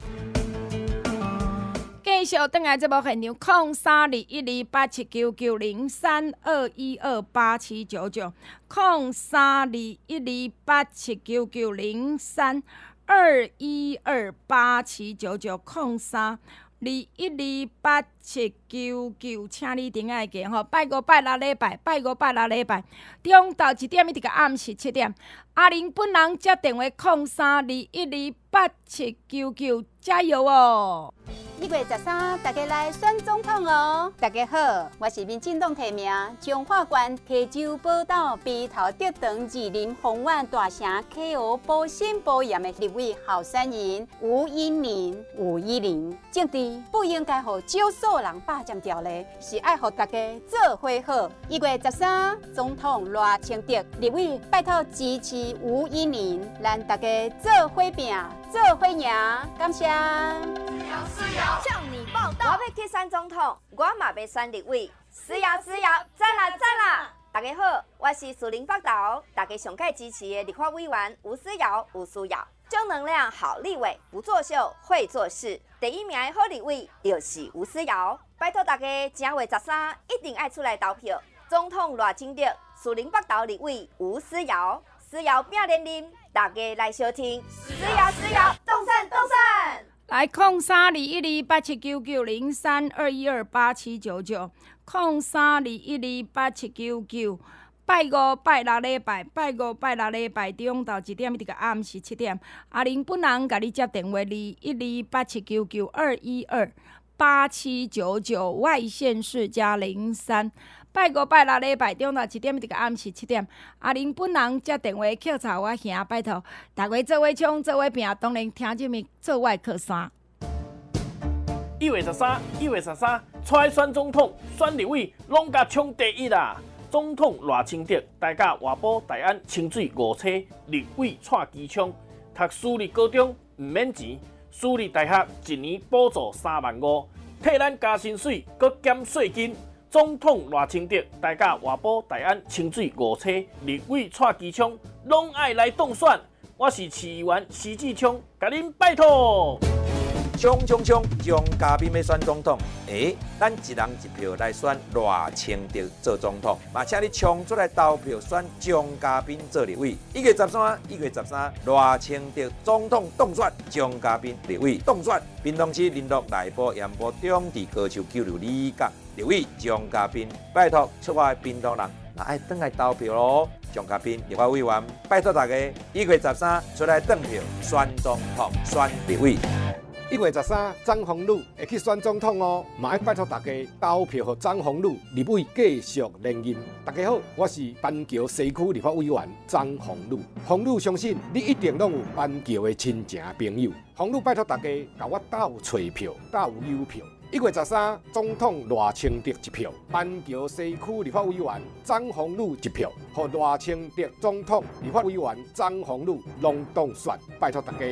继续转来节目现场，空三二一二八七九九零三二一二八七九九，空三二一二八七九九零三二一二八七九九，空三二一二八七九九，请你顶爱记吼，拜五拜六礼拜，拜五拜六礼拜，中昼一点一直到暗时七点。阿玲本人接电话空三二一二八七九九，加油哦！ 一月十三，大家来选总统哦！大家好，我是民进党提名彰化县溪州宝岛鼻头竹塘二林红苑大城 K O 保心保严的立委候选人吴依玲。吴依玲，政治不应该让少数人霸占条例，是爱让大家做伙好。一月十三，总统赖清德立委拜托支持吴依玲，让大家做伙拼，做伙赢，感谢。 向你报道。我要去选总统，我嘛要选立委。是呀是呀，赞啦赞啦！大家好，我是树林北投，大家上届支持的立法委员吴思瑶，吴思瑶，正能量好立委，不作秀会做事。第一名的好立委就是吴思瑶，拜托大家正月十三一定爱出来投票。总统赖清德，树林北投立委吴思瑶，思瑶拼连任，大家来收听。思瑶思瑶，动身动身！ 来，空三二一二八七九九零三二一二八七九九，空三二一二八七九九。拜五拜六礼拜，拜五拜六礼拜，中昼一点一直到暗时七点。阿玲本人甲你接电话，二一二八七九九二一二八七九九，外县市加零三。拜五拜六礼拜，中昼一点一直到暗时七点。阿玲本人接电话扣查我兄，拜托大家做伙冲，做伙拼，当然听这物做我靠山。 一月十三，一月十三，出来选总统、选立委，拢甲冲第一啦！总统赖清德，大家外保大安清水五车，立委蔡机枪，读私立高中唔免钱，私立大学一年补助三万五，替咱加薪水，搁减税金。总统赖清德，大家外保大安清水五车，立委蔡机枪，拢爱来当选。我是市议员徐志昌，甲恁拜托。 冲冲冲！张嘉宾要选总统，诶，咱一人一票来选赖清德做总统，嘛，请你冲出来投票选张嘉宾做立委。一月十三，一月十三，赖清德总统当选，张嘉宾立委当选。屏东市林鹿内埔盐埔中地高球九六里港立委张嘉宾，拜托出我的屏东人，那爱转来投票咯。张嘉宾立法委员，拜托大家一月十三出来投票选总统、选立委。 一月十三，张宏宇会去选总统哦，嘛要拜托大家投票给张宏宇立委继续连任。大家好，我是板桥西区立法委员张宏宇。宏宇相信你一定拢有板桥的亲情朋友。宏宇拜托大家甲我斗找票，斗邮票。一月十三，总统赖清德一票；板桥西区立法委员张宏宇一票，和赖清德总统立法委员张宏宇拢当选。拜托大家。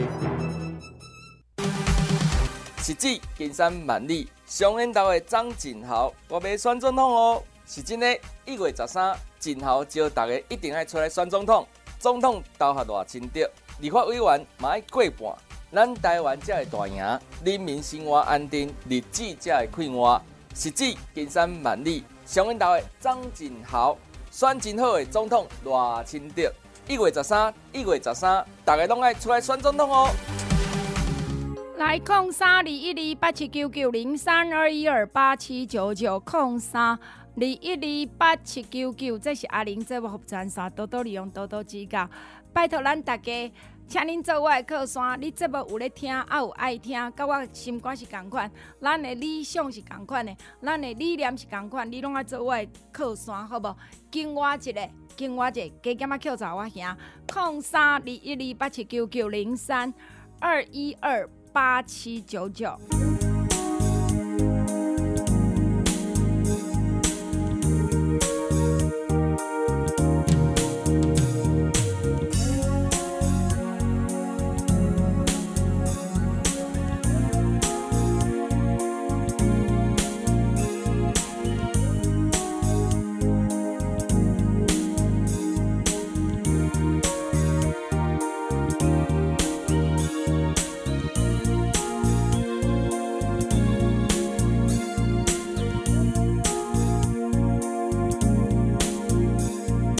是指金山万里上缘投的张振豪，我要选总统哦！是真的，一月十三，振豪招大家一定要出来选总统。总统投下赖清德，立法委员嘛要过半，咱台湾才会大赢，人民生活安定，日子才会快活。是指金山万里上缘投的张振豪，选真好的总统赖清德。一月十三，一月十三，大家拢爱出来选总统哦！ 来，空三二一二八七九九零三二一二八七九九，空三二一二八七九九，这是阿玲节目服专线，多多利用，多多指教。拜托咱大家，请恁做我的靠山。你节目有咧听，也有爱听，甲我心肝是同款，咱的理想是同款的，咱的理念是同款，你拢爱做我的靠山，好无？敬我一个，敬我一个，加减啊扣查我兄，空三二一二八七九九零三二一二。八七九九。